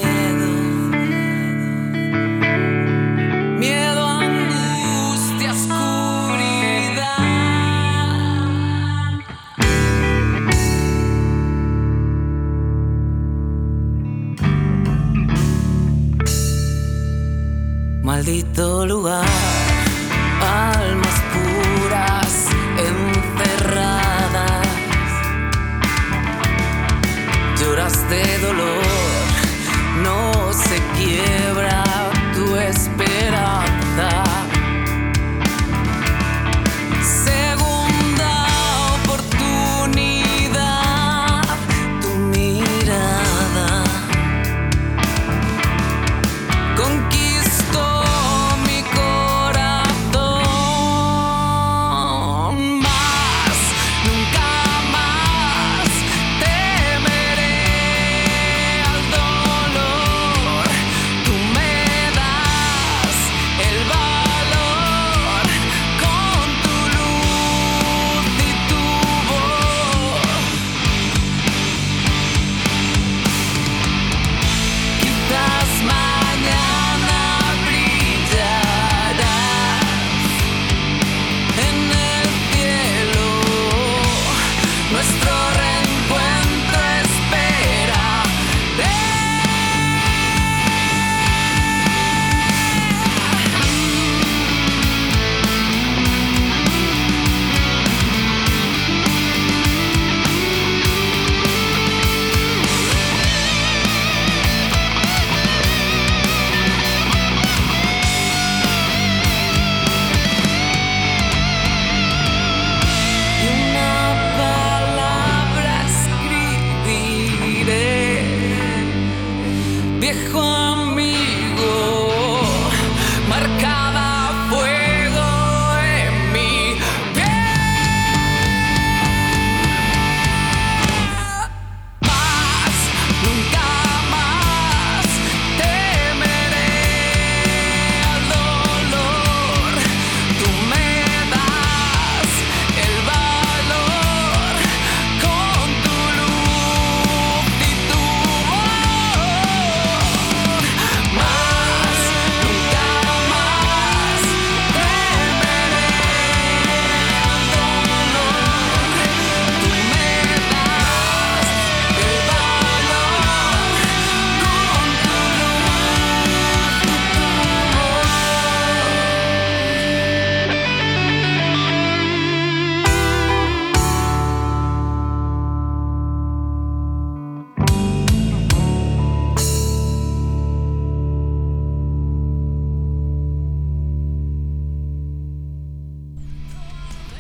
miedo, angustia, oscuridad. Maldito lugar, almas puras encerradas, lloras de dolor, no se quiebra tu esperanza. Segunda oportunidad, tu mirada conquistó mi corazón.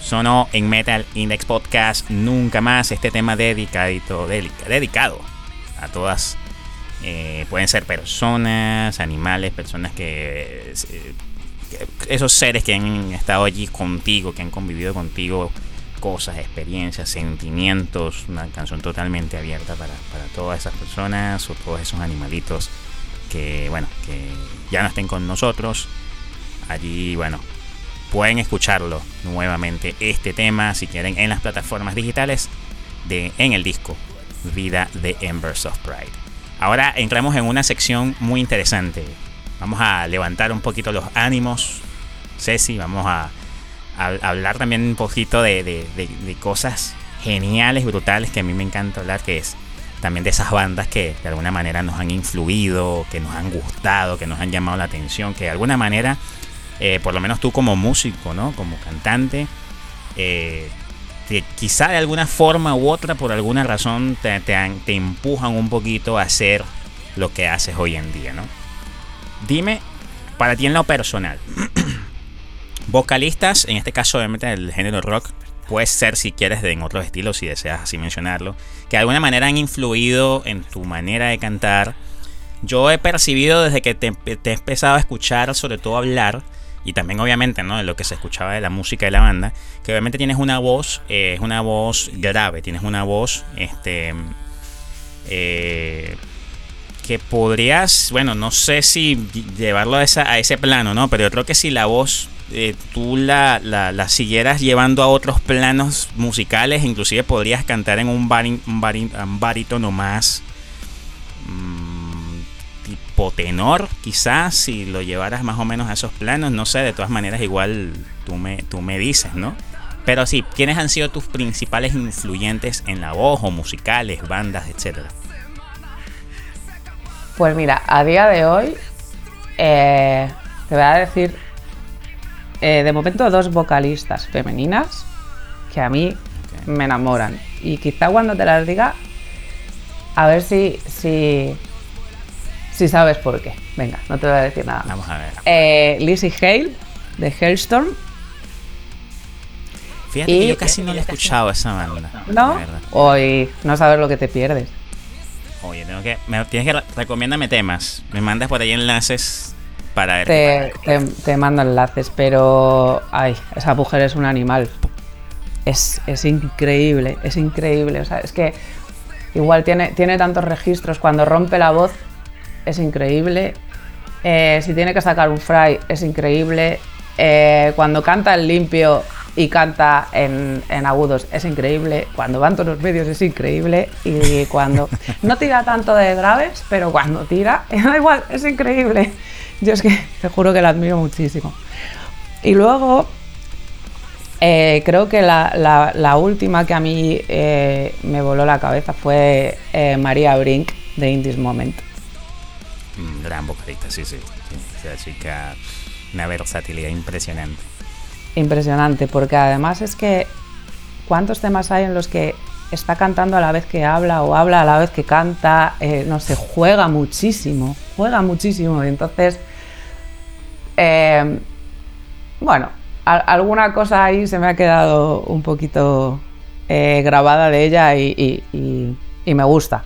sonó en Metal Index Podcast Nunca Más. Este tema dedicado a todas, pueden ser personas, animales, personas que esos seres que han estado allí contigo, que han convivido contigo, cosas, experiencias, sentimientos. Una canción totalmente abierta para todas esas personas o todos esos animalitos que ya no estén con nosotros. Allí, pueden escucharlo nuevamente este tema, si quieren, en las plataformas digitales en el disco Vida de Embers of Pride. Ahora entramos en una sección muy interesante. Vamos a levantar un poquito los ánimos, Ceci. Vamos a hablar también un poquito de cosas geniales, brutales, que a mí me encanta hablar, que es también de esas bandas que de alguna manera nos han influido, que nos han gustado, que nos han llamado la atención, que de alguna manera, por lo menos tú como músico, ¿no? Como cantante, quizá de alguna forma u otra, por alguna razón, te empujan un poquito a hacer lo que haces hoy en día, ¿no? Dime, para ti en lo personal, vocalistas, en este caso obviamente del género rock, puede ser si quieres en otros estilos, si deseas así mencionarlo, que de alguna manera han influido en tu manera de cantar. Yo he percibido desde que te he empezado a escuchar, sobre todo hablar, y también obviamente, ¿no?, de lo que se escuchaba de la música de la banda, que obviamente tienes una voz grave, tienes una voz que podrías, no sé si llevarlo a ese plano, ¿no? Pero yo creo que si la voz tú la siguieras llevando a otros planos musicales, inclusive podrías cantar en un barítono más tipo tenor, quizás, si lo llevaras más o menos a esos planos. No sé, de todas maneras igual tú me dices, ¿no? Pero sí, ¿quiénes han sido tus principales influyentes en la voz, o musicales, bandas, etcétera? Pues mira, a día de hoy te voy a decir de momento 2 vocalistas femeninas que a mí me enamoran, y quizá cuando te las diga a ver si sabes por qué. Venga, no te voy a decir nada. Vamos a ver. Lizzie Hale de Hailstorm. Fíjate que yo casi no la he escuchado esa banda. ¿No? Hoy no sabes lo que te pierdes. Oye, recomiéndame temas. Me mandas por ahí enlaces para ver. Te mando enlaces, pero esa mujer es un animal. Es increíble, es increíble. O sea, es que igual tiene tantos registros. Cuando rompe la voz es increíble. Si tiene que sacar un fry es increíble. Cuando canta en limpio y canta en agudos es increíble. Cuando va en todos los medios es increíble. Y cuando no tira tanto de graves, pero cuando tira, da igual, es increíble. Yo es que te juro que la admiro muchísimo. Y luego creo que la última que a mí me voló la cabeza fue María Brink de In This Moment. Gran vocalista, sí. Esa chica, una versatilidad impresionante. Impresionante, porque además es que ¿cuántos temas hay en los que está cantando a la vez que habla, o habla a la vez que canta? No sé, juega muchísimo. Y entonces, alguna cosa ahí se me ha quedado un poquito grabada de ella, y me gusta.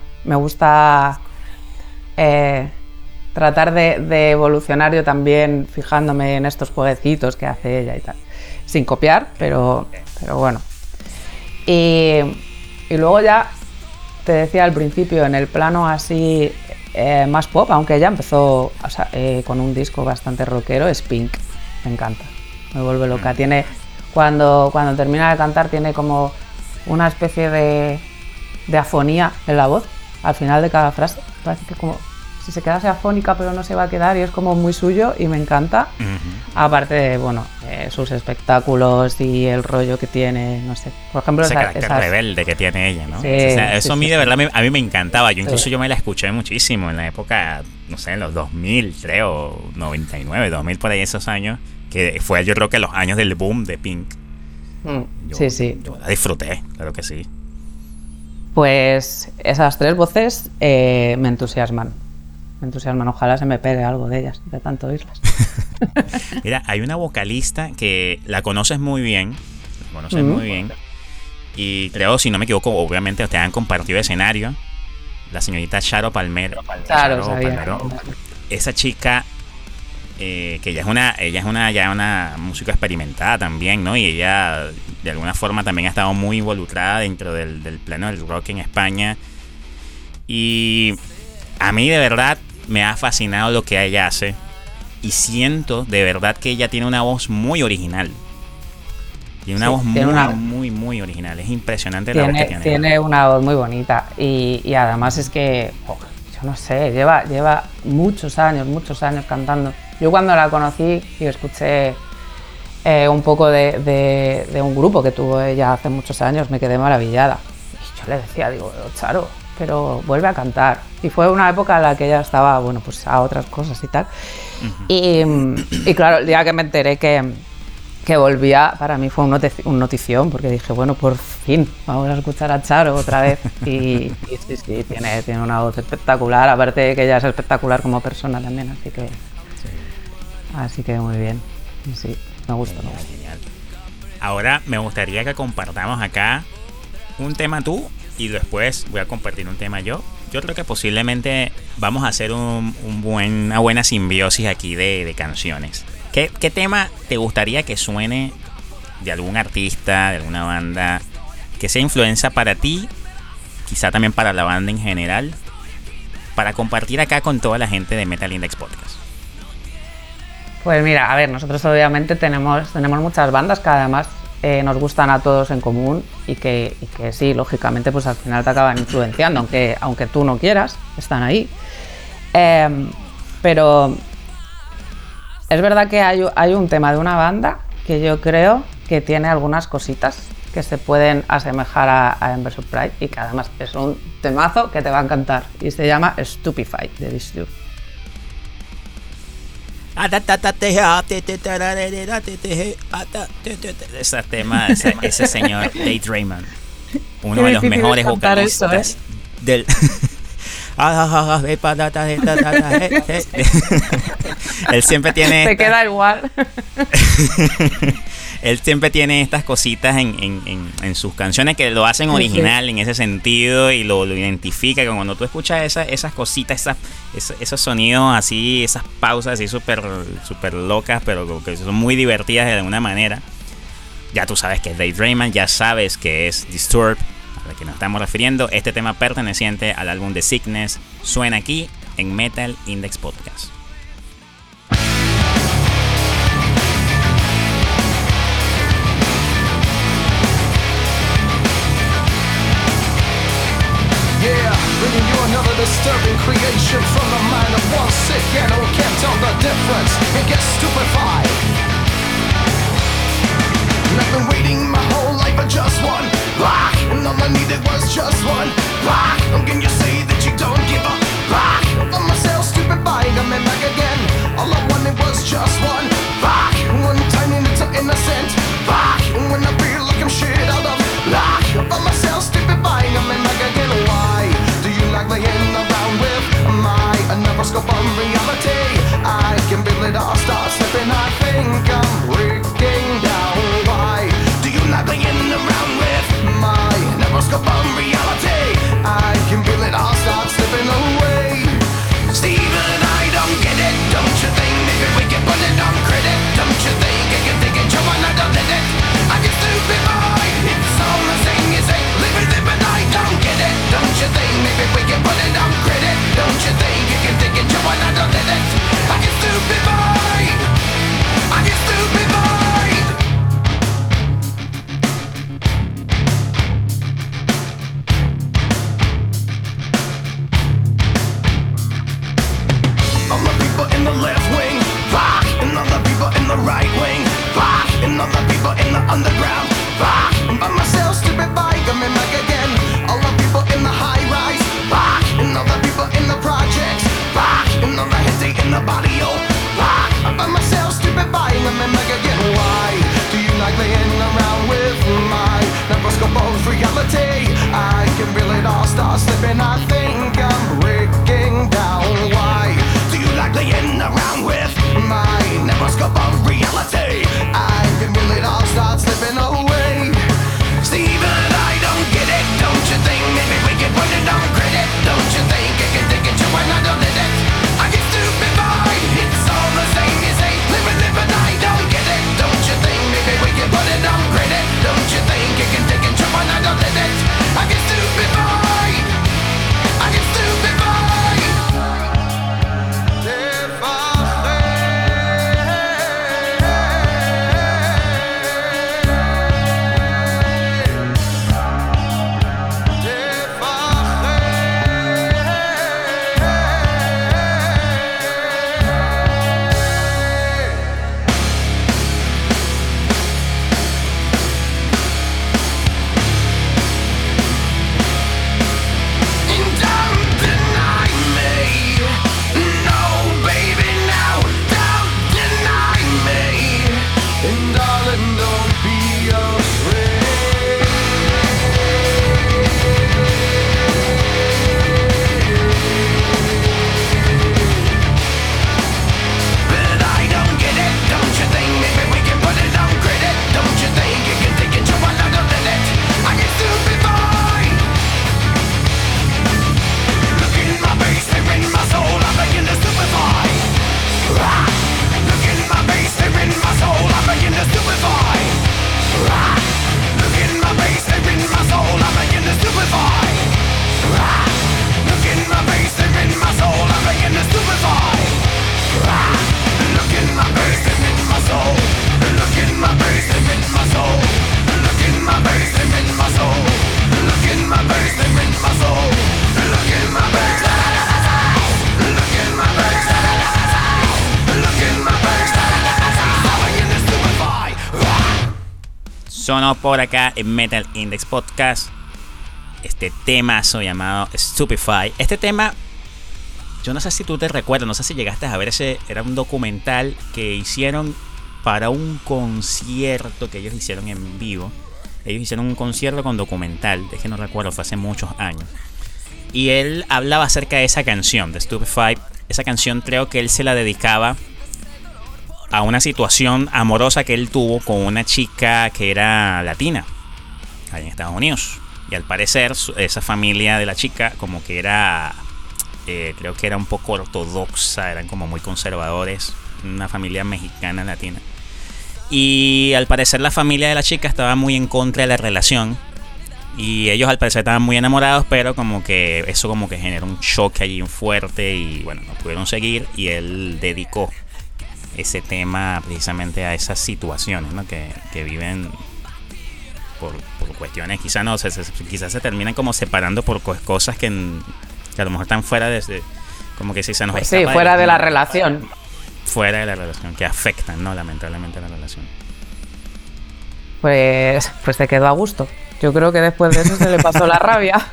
Tratar de evolucionar yo también, fijándome en estos jueguecitos que hace ella y tal. Sin copiar, pero bueno. Y luego ya, te decía al principio, en el plano así más pop, aunque ella empezó con un disco bastante rockero, es Pink. Me encanta, me vuelve loca. Cuando termina de cantar, tiene como una especie de afonía en la voz al final de cada frase. Parece que como si se quedase afónica, pero no se va a quedar, y es como muy suyo y me encanta. Aparte de sus espectáculos y el rollo que tiene, no sé, por ejemplo ese carácter rebelde que tiene ella, ¿no? Sí, eso a mí de verdad a mí me encantaba. Yo me la escuché muchísimo en la época, no sé, en los 2000, creo, 99, 2000, por ahí, esos años, que fue, yo creo que los años del boom de Pink. Yo la disfruté, claro que sí. Pues esas 3 voces me entusiasman. Ojalá se me pegue algo de ellas, de tanto oírlas. Mira, hay una vocalista que la conoces muy bien, conoces muy bien. Y creo, si no me equivoco, obviamente ustedes han compartido escenario. La señorita Charo Palmero. Claro, Esa chica, que ella es una música experimentada también, ¿no? Y ella, de alguna forma, también ha estado muy involucrada dentro del plano del rock en España. Y a mí, de verdad, me ha fascinado lo que ella hace. Y siento, de verdad, que ella tiene una voz muy original. Tiene una voz muy original. Es impresionante la voz que tiene. Tiene una voz muy bonita. Y además es que, yo no sé, lleva muchos años cantando. Yo cuando la conocí y escuché un poco de un grupo que tuvo ella hace muchos años, me quedé maravillada. Y yo le decía, digo, Charo, pero vuelve a cantar. Y fue una época en la que ella estaba, bueno, pues a otras cosas y tal. Y claro, el día que me enteré que volvía, para mí fue un notición, porque dije, bueno, por fin, vamos a escuchar a Charo otra vez. Y sí, tiene una voz espectacular, aparte de que ella es espectacular como persona también, así que muy bien. Sí, me gusta. Genial. Ahora me gustaría que compartamos acá un tema tú y después voy a compartir un tema yo. Yo creo que posiblemente vamos a hacer una buena simbiosis aquí de canciones. ¿Qué tema te gustaría que suene de algún artista, de alguna banda, que sea influencia para ti, quizá también para la banda en general, para compartir acá con toda la gente de Metal Index Podcast? Pues mira, a ver, nosotros obviamente tenemos muchas bandas que además nos gustan a todos en común y que sí, lógicamente, pues al final te acaban influenciando, aunque tú no quieras, están ahí. Pero es verdad que hay un tema de una banda que yo creo que tiene algunas cositas que se pueden asemejar a Embers of Pride y que además es un temazo que te va a encantar y se llama Stupefy de Disturbed. Ese tema, ese señor Dave Draiman, uno de los mejores vocalistas del él siempre tiene te queda igual. Él siempre tiene estas cositas en sus canciones que lo hacen original en ese sentido y lo identifica. Cuando tú escuchas esas cositas, esos sonidos así, esas pausas así súper locas, pero que son muy divertidas de alguna manera, ya tú sabes que es Dave Draiman, ya sabes que es Disturbed, a la que nos estamos refiriendo. Este tema perteneciente al álbum The Sickness suena aquí en Metal Index Podcast. Bringing you another disturbing creation from the mind of one sick animal can't tell the difference and gets stupefied. And I've been waiting my whole life for just one rock, and all I needed was just one rock. How can you say that you don't give a rock? I found myself stupefying, I'm back again. All I wanted was just one rock, one tiny little innocent rock. And when I feel like I'm shit out of luck, I found myself stupefying, I'm back again. Why? Like laying around with my another scope on reality. I can feel it all start slipping. I think I'm breaking down. Why do you like laying around with my another scope on reality? I can feel it all start slipping away. Steven, I don't get it. Don't you think maybe we can put it on credit? Don't you think I can take it? Jump on, I don't let it. I get stupid boy. It's all the same. You say live it, I don't get it. Don't you think maybe we can put it on credit? Don't you think you can take it? Jump on, I don't let it. I get stupid boy. I get stupid boy. All the people in the left wing rock, and all the people in the right wing rock, and all the people in the underground rock. I'm by myself, stupid bike, I'm in back again. All the people in the high rise rock, and all the people in the projects rock, and all the heads in the body, oh rock. I'm by myself, stupid bike, I'm in back again. Why do you like laying around with my microscope of reality? I can feel it all start slipping. I think I'm breaking down. Why do you like laying around with my microscope of reality? I can feel it all start slipping away. sonó por acá en Metal Index Podcast. Este temazo llamado Stupefy. Este tema, yo no sé si tú te recuerdas, no sé si llegaste a ver ese, era un documental que hicieron para un concierto que ellos hicieron en vivo. Ellos hicieron un concierto con documental, es que no recuerdo, fue hace muchos años. Y él hablaba acerca de esa canción, de Stupefy. Esa canción creo que él se la dedicaba a una situación amorosa que él tuvo con una chica que era latina, allá en Estados Unidos. Y al parecer esa familia de la chica como que era, creo que era un poco ortodoxa, eran como muy conservadores, una familia mexicana latina. Y al parecer la familia de la chica estaba muy en contra de la relación. Y ellos al parecer estaban muy enamorados, pero como que eso como que generó un choque allí fuerte y bueno, no pudieron seguir. Y él dedicó ese tema precisamente a esas situaciones, ¿no? que viven por cuestiones, quizás no, quizás se terminan como separando por cosas que a lo mejor están fuera de, como que si se nos pues escapa, sí, fuera de la relación. Fuera de la relación, que afectan, ¿no? Lamentablemente a la relación. Pues se quedó a gusto. Yo creo que después de eso se le pasó la rabia.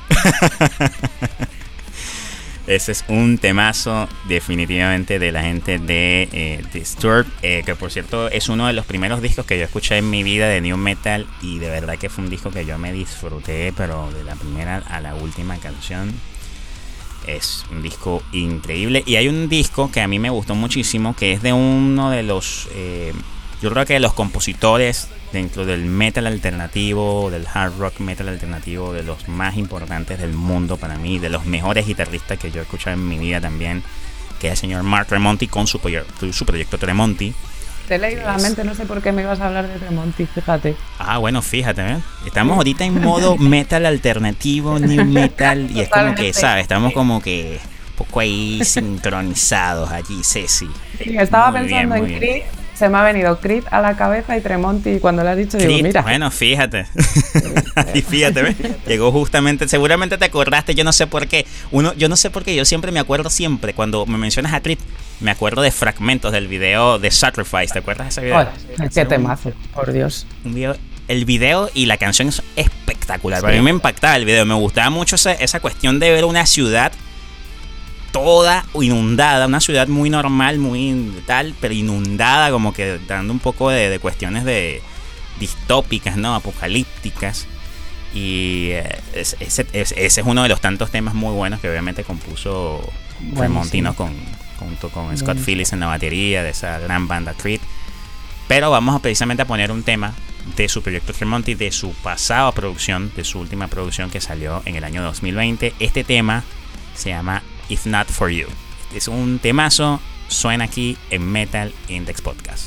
Ese es un temazo definitivamente de la gente de Disturbed, que por cierto es uno de los primeros discos que yo escuché en mi vida de New Metal y de verdad que fue un disco que yo me disfruté, pero de la primera a la última canción es un disco increíble. Y hay un disco que a mí me gustó muchísimo, que es de uno de los, yo creo que de los compositores dentro del metal alternativo, del hard rock metal alternativo, de los más importantes del mundo para mí, de los mejores guitarristas que yo he escuchado en mi vida también, que es el señor Mark Tremonti con su proyecto Tremonti. Te he leído la mente, no sé por qué me ibas a hablar de Tremonti, fíjate. Ah, bueno, fíjate, ¿eh? Estamos ahorita en modo metal alternativo, new metal, y es como que, ¿sabes? Estamos como que un poco ahí sincronizados allí, Ceci. Sí, estaba pensando en Creed. Se me ha venido Creed a la cabeza y Tremonti, y cuando lo has dicho digo, mira. Bueno, fíjate. Y fíjate, ¿ves? Llegó justamente, seguramente te acordaste, yo no sé por qué. Yo no sé por qué, yo siempre me acuerdo cuando me mencionas a Creed, me acuerdo de fragmentos del video de Sacrifice, ¿te acuerdas de ese video? Oye, qué temazo, por Dios. El video y la canción es espectacular. Sí. Para mí me impactaba el video, me gustaba mucho esa cuestión de ver una ciudad toda inundada, una ciudad muy normal, muy tal, pero inundada, como que dando un poco de cuestiones de distópicas, ¿no? Apocalípticas. Y ese es uno de los tantos temas muy buenos que obviamente compuso Tremonti, ¿no? Junto con Scott Phillips en la batería de esa gran banda Creed. Pero vamos precisamente a poner un tema de su proyecto Tremonti, de su pasada producción, de su última producción que salió en el año 2020. Este tema se llama If Not For You. Es un temazo, suena aquí en Metal Index Podcast.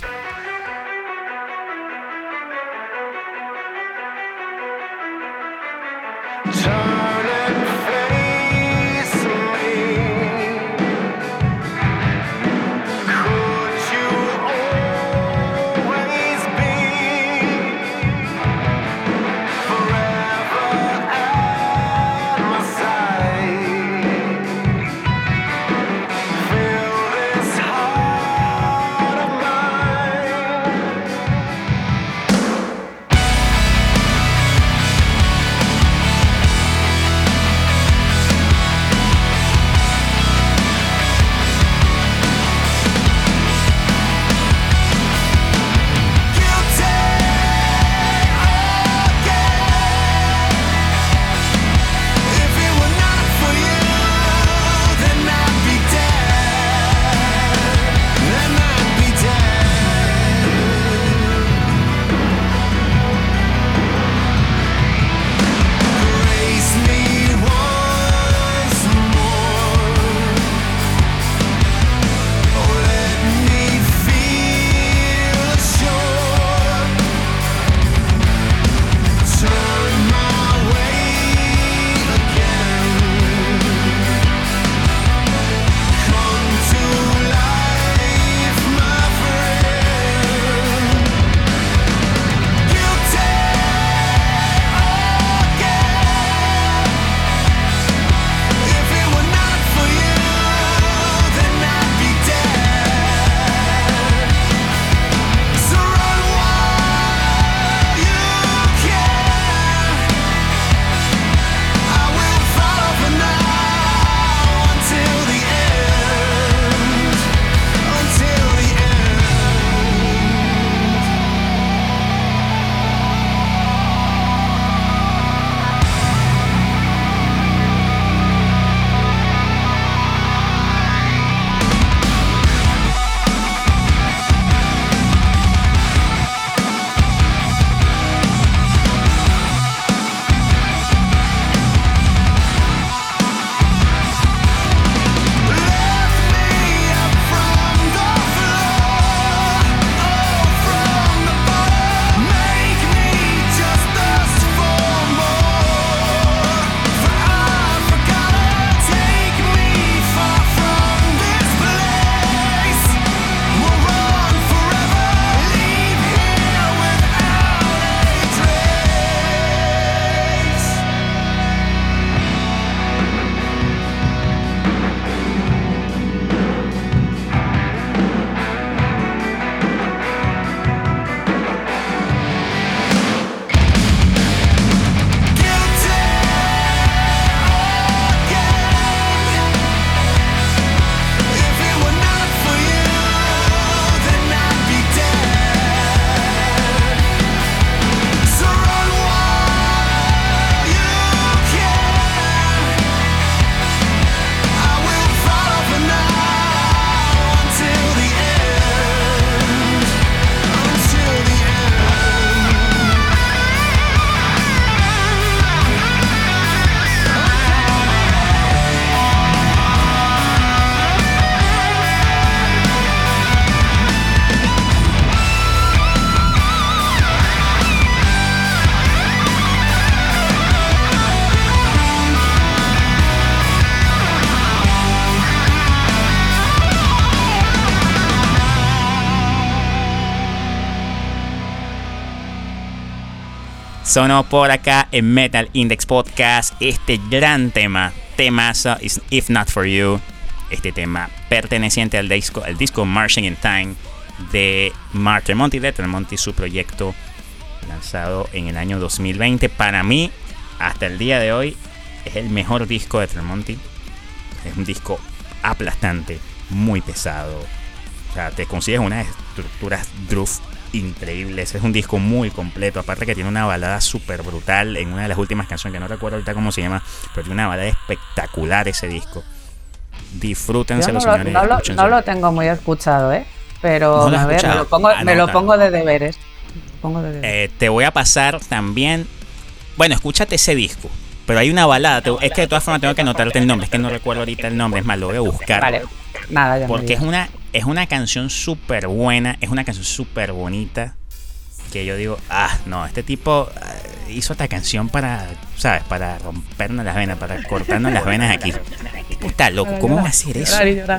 sonó por acá en Metal Index Podcast este gran temazo, If Not For You. Este tema perteneciente al disco Marching in Time de Mark Tremonti, de Tremonti, su proyecto lanzado en el año 2020. Para mí, hasta el día de hoy, es el mejor disco de Tremonti. Es un disco aplastante, muy pesado. O sea, te consigues unas estructuras groove increíbles. Es un disco muy completo. Aparte que tiene una balada súper brutal en una de las últimas canciones, que no recuerdo ahorita cómo se llama, pero tiene una balada espectacular ese disco. Disfrútense los señores. No lo tengo muy escuchado, pero ¿No a ver, me lo pongo de deberes. Te voy a pasar también. Bueno, escúchate ese disco. Pero hay una balada. Es que de todas formas tengo que anotarte el nombre. Es que no recuerdo ahorita el nombre. Es más, lo voy a buscar. Vale. Nada, ya porque es una canción súper buena. Es una canción súper bonita. Que yo digo, no, este tipo hizo esta canción para, ¿sabes? Para rompernos las venas, para cortarnos las venas aquí. Tipo, está loco, ¿cómo va a hacer eso? Llorar.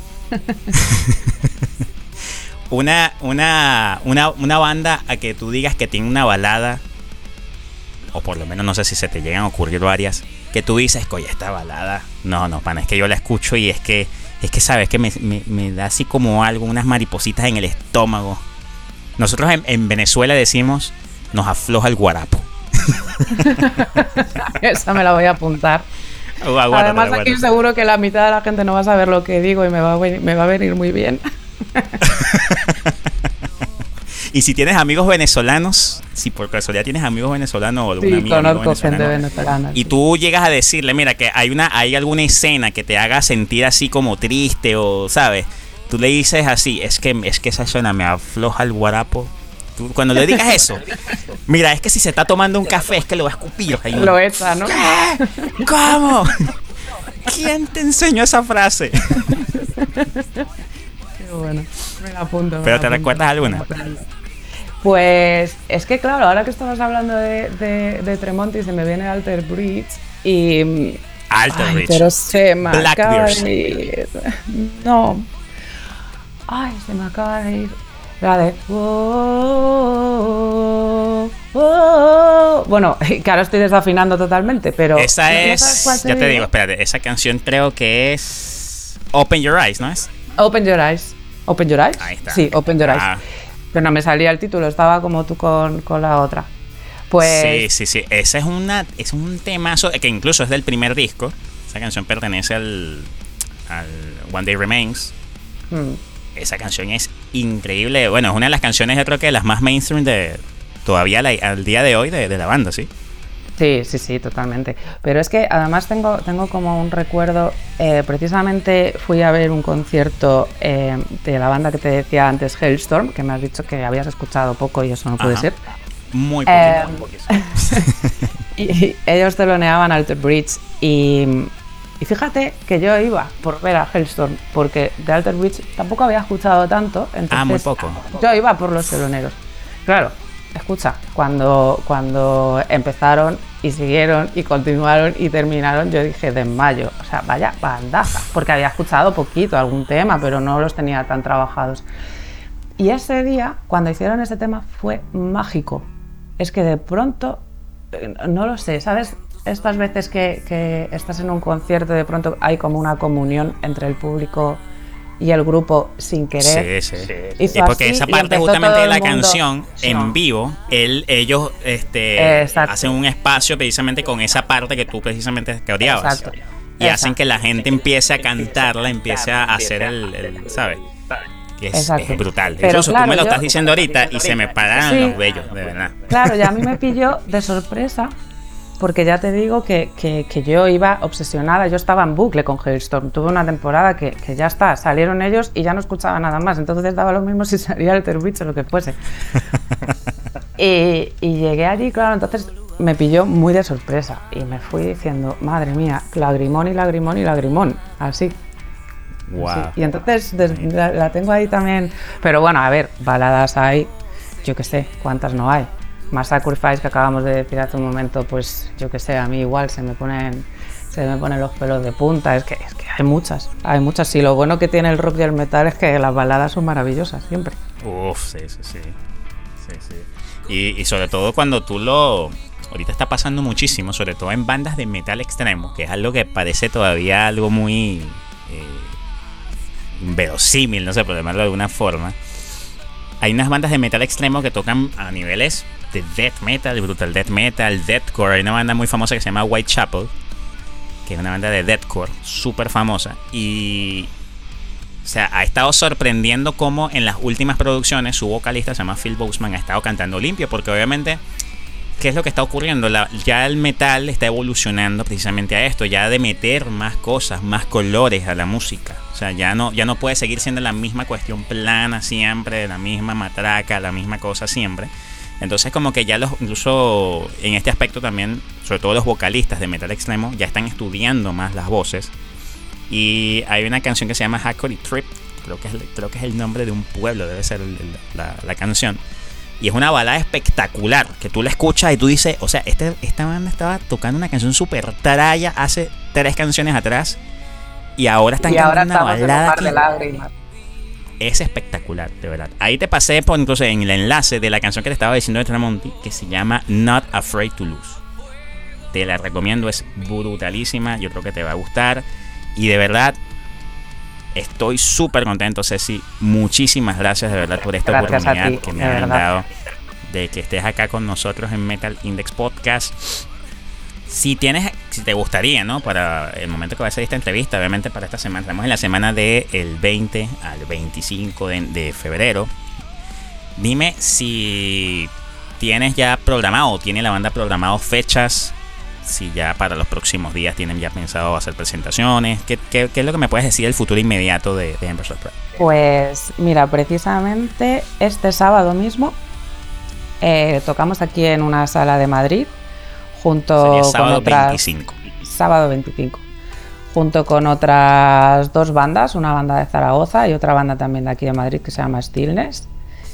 Una banda a que tú digas que tiene una balada, o por lo menos no sé si se te llegan a ocurrir varias, que tú dices, oye, esta balada, no, pana, es que yo la escucho y es que sabes que me da así como algo, unas maripositas en el estómago. Nosotros en Venezuela decimos, nos afloja el guarapo. Esa me la voy a apuntar. Además, aquí seguro que la mitad de la gente no va a saber lo que digo y me va a venir muy bien. Y si tienes amigos venezolanos, si por casualidad tienes amigos venezolanos o algún amigo conozco gente venezolana. Y tú llegas a decirle, mira, que hay alguna escena que te haga sentir así como triste o, ¿sabes? Tú le dices así, es que esa escena me afloja el guarapo. Tú, cuando le digas eso, mira, es que si se está tomando un café es que lo va a escupir. Lo echa, ¿no? ¿Qué? ¿Cómo? ¿Quién te enseñó esa frase? Qué bueno, me la apunto. ¿Pero te recuerdas alguna? Pues es que claro, ahora que estamos hablando de Tremonti, se me viene Alter Bridge y... Alter Bridge. Pero se me acaba Blackbeard. de ir. No. Ay, se me acaba de ir. La de... Bueno, claro, estoy desafinando totalmente, pero... Esa es... Ya te digo, espérate. Esa canción creo que es... Open Your Eyes, ¿no es? Open Your Eyes. ¿Open Your Eyes? Ahí está. Sí, Open Your Eyes. Pero no me salía el título, estaba como tú con la otra. Pues... Sí. Ese es un temazo que incluso es del primer disco. Esa canción pertenece al One Day Remains. Esa canción es increíble. Bueno, es una de las canciones, yo creo que las más mainstream todavía al día de hoy de la banda, ¿sí? Sí, totalmente. Pero es que además tengo como un recuerdo, precisamente fui a ver un concierto de la banda que te decía antes, Hailstorm, que me has dicho que habías escuchado poco y eso no puede ser. Muy poquito. Y ellos teloneaban Alter Bridge y fíjate que yo iba por ver a Hailstorm, porque de Alter Bridge tampoco había escuchado tanto. Entonces, muy poco. Yo iba por los teloneros. Claro, escucha, cuando empezaron y siguieron y continuaron y terminaron, yo dije desmayo. O sea, vaya bandaza, porque había escuchado poquito algún tema, pero no los tenía tan trabajados. Y ese día, cuando hicieron ese tema, fue mágico. Es que de pronto, no lo sé, ¿sabes? Estas veces que estás en un concierto, de pronto hay como una comunión entre el público y el grupo sin querer. Sí. Y porque esa parte justamente de la canción en vivo, ellos hacen un espacio precisamente con esa parte que tú precisamente odiabas. Exacto. Y hacen que la gente empiece a cantarla, empiece a hacer el ¿sabes? Que es brutal. Pero incluso claro, tú me lo estás diciendo ahorita y se me paran los vellos, de verdad. Claro, ya a mí me pilló de sorpresa. Porque ya te digo que yo iba obsesionada, yo estaba en bucle con Hailstorm. Tuve una temporada que ya está, salieron ellos y ya no escuchaba nada más. Entonces daba lo mismo si salía Alter Bridge o lo que fuese. y llegué allí, claro, entonces me pilló muy de sorpresa. Y me fui diciendo, madre mía, lagrimón y lagrimón y lagrimón. Así. Wow. Así. Y entonces la tengo ahí también. Pero bueno, a ver, baladas hay, yo qué sé, cuántas no hay. Más Sacrifice, que acabamos de decir hace un momento, pues yo que sé, a mí igual se me ponen los pelos de punta. Es que hay muchas. Sí, lo bueno que tiene el rock y el metal es que las baladas son maravillosas siempre. Uf, sí. Y sobre todo ahorita está pasando muchísimo, sobre todo en bandas de metal extremo, que es algo que parece todavía algo muy inverosímil, no sé, por llamarlo de alguna forma. Hay unas bandas de metal extremo que tocan a niveles de death metal, brutal death metal, deathcore. Hay una banda muy famosa que se llama Whitechapel, que es una banda de deathcore súper famosa. Y o sea, ha estado sorprendiendo cómo en las últimas producciones su vocalista, se llama Phil Boseman, ha estado cantando limpio, porque obviamente, ¿qué es lo que está ocurriendo? Ya el metal está evolucionando precisamente a esto, ya de meter más cosas, más colores a la música. O sea, ya no puede seguir siendo la misma cuestión plana siempre, la misma matraca, la misma cosa siempre. Entonces como que ya incluso en este aspecto también, sobre todo los vocalistas de metal extremo, ya están estudiando más las voces. Y hay una canción que se llama Hackery Trip, creo que es el nombre de un pueblo, debe ser la canción. Y es una balada espectacular, que tú la escuchas y tú dices, o sea, esta banda estaba tocando una canción súper tralla hace 3 canciones atrás, y ahora están cantando una balada de lágrimas. Es espectacular, de verdad. Ahí te pasé por incluso en el enlace de la canción que te estaba diciendo de Tramonti, que se llama Not Afraid to Lose. Te la recomiendo, es brutalísima, yo creo que te va a gustar. Y de verdad, estoy súper contento, Ceci. Muchísimas gracias de verdad por esta oportunidad que me han dado de que estés acá con nosotros en Metal Index Podcast. Si te gustaría, ¿no? Para el momento que va a ser esta entrevista, obviamente para esta semana, estamos en la semana del 20 al 25 de febrero. Dime si tienes ya programado, tiene la banda programado fechas, si ya para los próximos días tienen ya pensado hacer presentaciones. ¿Qué es lo que me puedes decir del futuro inmediato de Embers of Pride? Pues mira, precisamente este sábado mismo tocamos aquí en una sala de Madrid, junto con otras... 25. Sábado 25. Junto con otras 2 bandas, una banda de Zaragoza y otra banda también de aquí de Madrid que se llama Stillness.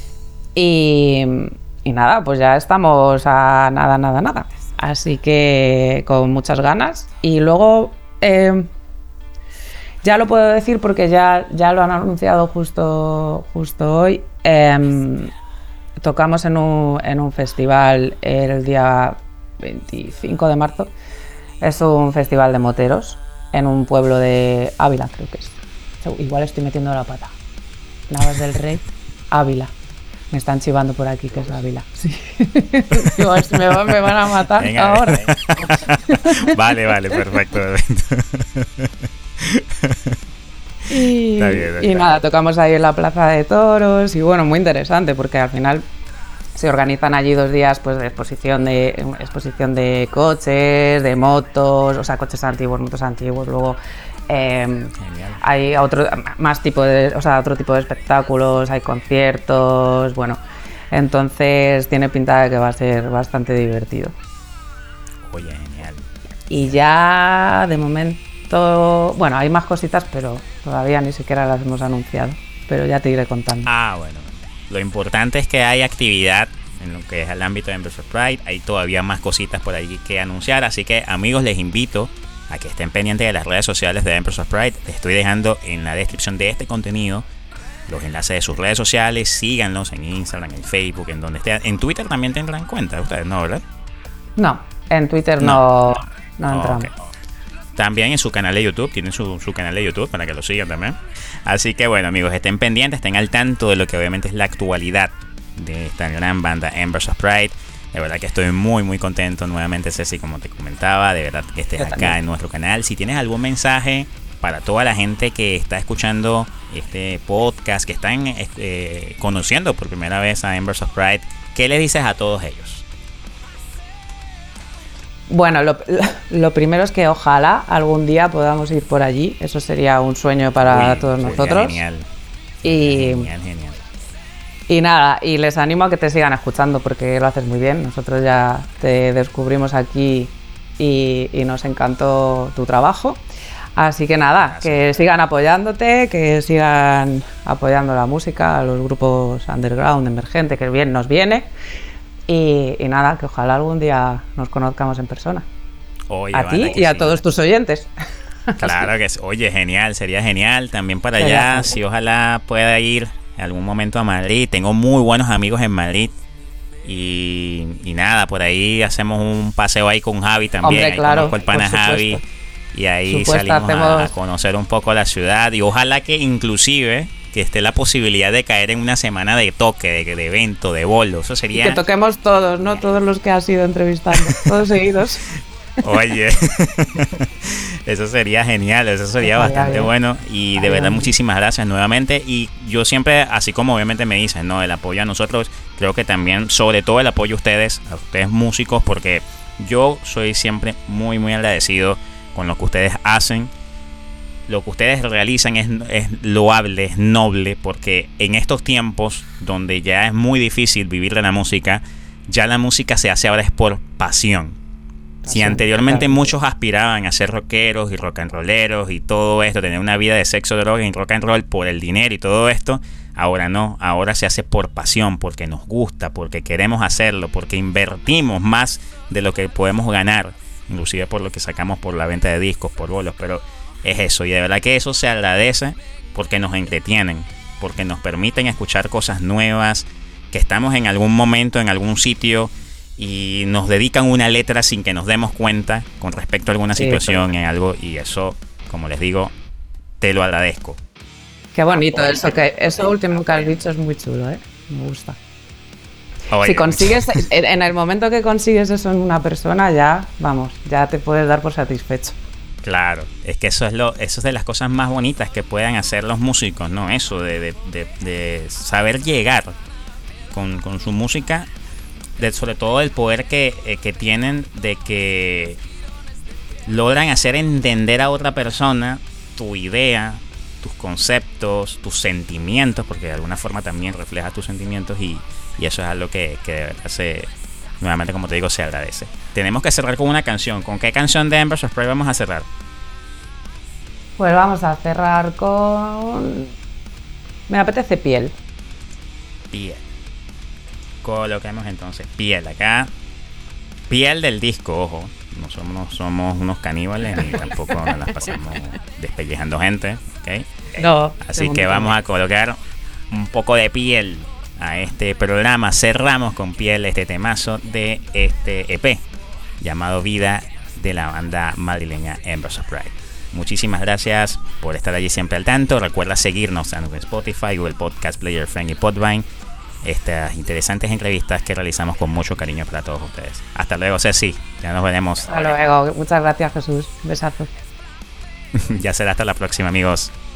Y nada, pues ya estamos a nada. Así que con muchas ganas. Y luego ya lo puedo decir porque ya lo han anunciado justo hoy. Tocamos en un festival el día 25 de marzo. Es un festival de moteros en un pueblo de Ávila, creo que es. Igual estoy metiendo la pata. Navas del Rey, Ávila. Me están chivando por aquí que es Ávila. Sí. Dios, me van a matar. Venga, ahora. Vale, perfecto. Y nada, tocamos ahí en la Plaza de Toros y bueno, muy interesante porque al final se organizan allí 2 días pues de exposición de coches, de motos, o sea, coches antiguos, motos antiguos, luego hay otro tipo de espectáculos, hay conciertos, bueno, entonces tiene pinta de que va a ser bastante divertido. Oye, genial. Y ya de momento, bueno, hay más cositas, pero todavía ni siquiera las hemos anunciado, pero ya te iré contando. Bueno. Lo importante es que hay actividad en lo que es el ámbito de Embers of Pride. Hay todavía más cositas por allí que anunciar. Así que, amigos, les invito a que estén pendientes de las redes sociales de Embers of Pride. Les estoy dejando en la descripción de este contenido los enlaces de sus redes sociales. Síganlos en Instagram, en Facebook, en donde esté. En Twitter también tendrán cuenta ustedes, ¿no? ¿Verdad? No, en Twitter no entramos. Okay. También en su canal de YouTube, tienen su canal de YouTube para que lo sigan también. Así que bueno, amigos, estén pendientes, estén al tanto de lo que obviamente es la actualidad de esta gran banda Embers of Pride. De verdad que estoy muy muy contento nuevamente, Ceci, como te comentaba, de verdad que estés acá en nuestro canal. Si tienes algún mensaje para toda la gente que está escuchando este podcast, que están conociendo por primera vez a Embers of Pride, ¿qué le dices a todos ellos? Bueno, lo primero es que ojalá algún día podamos ir por allí. Eso sería un sueño para todos nosotros. Genial. Genial. Y nada, y les animo a que te sigan escuchando porque lo haces muy bien. Nosotros ya te descubrimos aquí y nos encantó tu trabajo. Así que nada, gracias. Que sigan apoyándote, que sigan apoyando la música, a los grupos underground, emergente, que bien nos viene. Y nada, que ojalá algún día nos conozcamos en persona. Oye, a ti y a todos tus oyentes. Claro que sí. Oye, genial, sería genial. También para allá, si ojalá pueda ir en algún momento a Madrid. Tengo muy buenos amigos en Madrid Y nada, por ahí hacemos un paseo ahí con Javi también. Hombre, ahí claro, conozco el pana Javi. Y ahí salimos a conocer un poco la ciudad. Y ojalá que inclusive que esté la posibilidad de caer en una semana de toque, de evento, de bolo. Eso sería... Y que toquemos todos, ¿no? Todos los que has ido entrevistando, todos seguidos. Oye, eso sería genial, eso sería bastante bueno. Y de verdad muchísimas gracias nuevamente. Y yo siempre, así como obviamente me dicen, ¿no? El apoyo a nosotros, creo que también, sobre todo el apoyo a ustedes músicos, porque yo soy siempre muy, muy agradecido con lo que ustedes hacen. Lo que ustedes realizan es loable, es noble, porque en estos tiempos donde ya es muy difícil vivir de la música, ya la música se hace ahora es por pasión. Si anteriormente muchos aspiraban a ser rockeros y rock and rolleros y todo esto, tener una vida de sexo, droga y rock and roll por el dinero y todo esto, ahora no, ahora se hace por pasión, porque nos gusta, porque queremos hacerlo, porque invertimos más de lo que podemos ganar, inclusive por lo que sacamos por la venta de discos, por bolos, pero es eso, y de verdad que eso se agradece porque nos entretienen, porque nos permiten escuchar cosas nuevas, que estamos en algún momento, en algún sitio y nos dedican una letra sin que nos demos cuenta con respecto a alguna situación, en algo, y eso, como les digo, te lo agradezco. Qué bonito eso, que eso último que has dicho es muy chulo, me gusta. Oye, si consigues, en el momento que consigues eso en una persona, ya, vamos, ya te puedes dar por satisfecho. Claro, es que eso es de las cosas más bonitas que puedan hacer los músicos, ¿no? Eso de saber llegar con su música, sobre todo el poder que tienen de que logran hacer entender a otra persona tu idea, tus conceptos, tus sentimientos, porque de alguna forma también refleja tus sentimientos y eso es algo que de verdad nuevamente, como te digo, se agradece. Tenemos que cerrar con una canción. ¿Con qué canción de Embers of Prey vamos a cerrar? Pues vamos a cerrar con... Me apetece Piel. Piel. Coloquemos entonces Piel acá. Piel del disco, ojo. No somos unos caníbales ni tampoco nos las pasamos despellejando gente, ¿ok? No. Así que vamos a colocar un poco de piel a este programa. Cerramos con Piel este temazo de este EP llamado Vida, de la banda madrileña Embers of Prey. Muchísimas gracias por estar allí siempre al tanto. Recuerda seguirnos en Spotify, Google Podcast, Player Friend y Podvine. Estas interesantes entrevistas que realizamos con mucho cariño para todos ustedes. Hasta luego, Ceci. Ya nos veremos. Hasta luego. Muchas gracias, Jesús. Besazo. Ya será hasta la próxima, amigos.